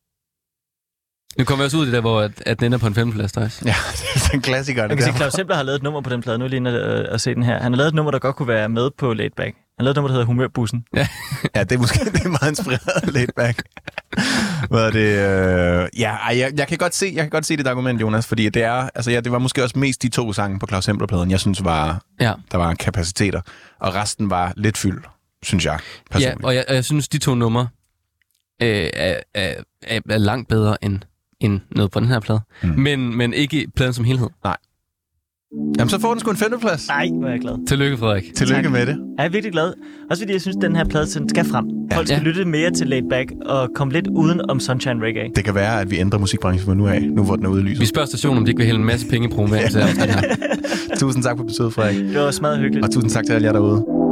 Nu kommer vi også ud i det der, hvor at, at den ender på en femteplads, Thijs. Ja, det er en klassiker. Jeg Det kan sige, der. Claus Hempler har lavet et nummer på den plade. Nu er lige inde at, at se den her. Han har lavet et nummer, der godt kunne være med på Laid Back. Han har lavet et nummer, der hedder Humørbussen. Ja, det er måske det er meget inspireret laid back. Hvad er det? Øh... Ja, ej, jeg, jeg, kan godt se, jeg kan godt se dit argument, Jonas, fordi det er, altså ja, det var måske også mest de to sange på Claus Hempler-pladen, jeg synes var, Ja, der var kapaciteter, og resten var lidt fyldt, synes jeg, ja personligt. og, jeg, og jeg synes, de to numre øh, er, er, er, er langt bedre end, end noget på den her plade. Mm. Men, men ikke pladen som helhed. Jamen, så får den sgu en femteplads. Nej, hvor er jeg glad. Tillykke, Frederik. Tillykke Tak. med det. Jeg er virkelig glad. Også fordi jeg synes, at den her plade den skal frem. Folk skal Ja. lytte mere til Laid Back og komme lidt uden om Sunshine Reggae. Det kan være, at vi ændrer musikbranchen fra nu af, nu hvor den er ude i Vi lyset. spørger stationen, om de ikke vil hælde en masse penge i promovering til alt det her. Tusind tak for besøget, Frederik. Det var smadret hyggeligt. Og tusind tak til alle jer derude.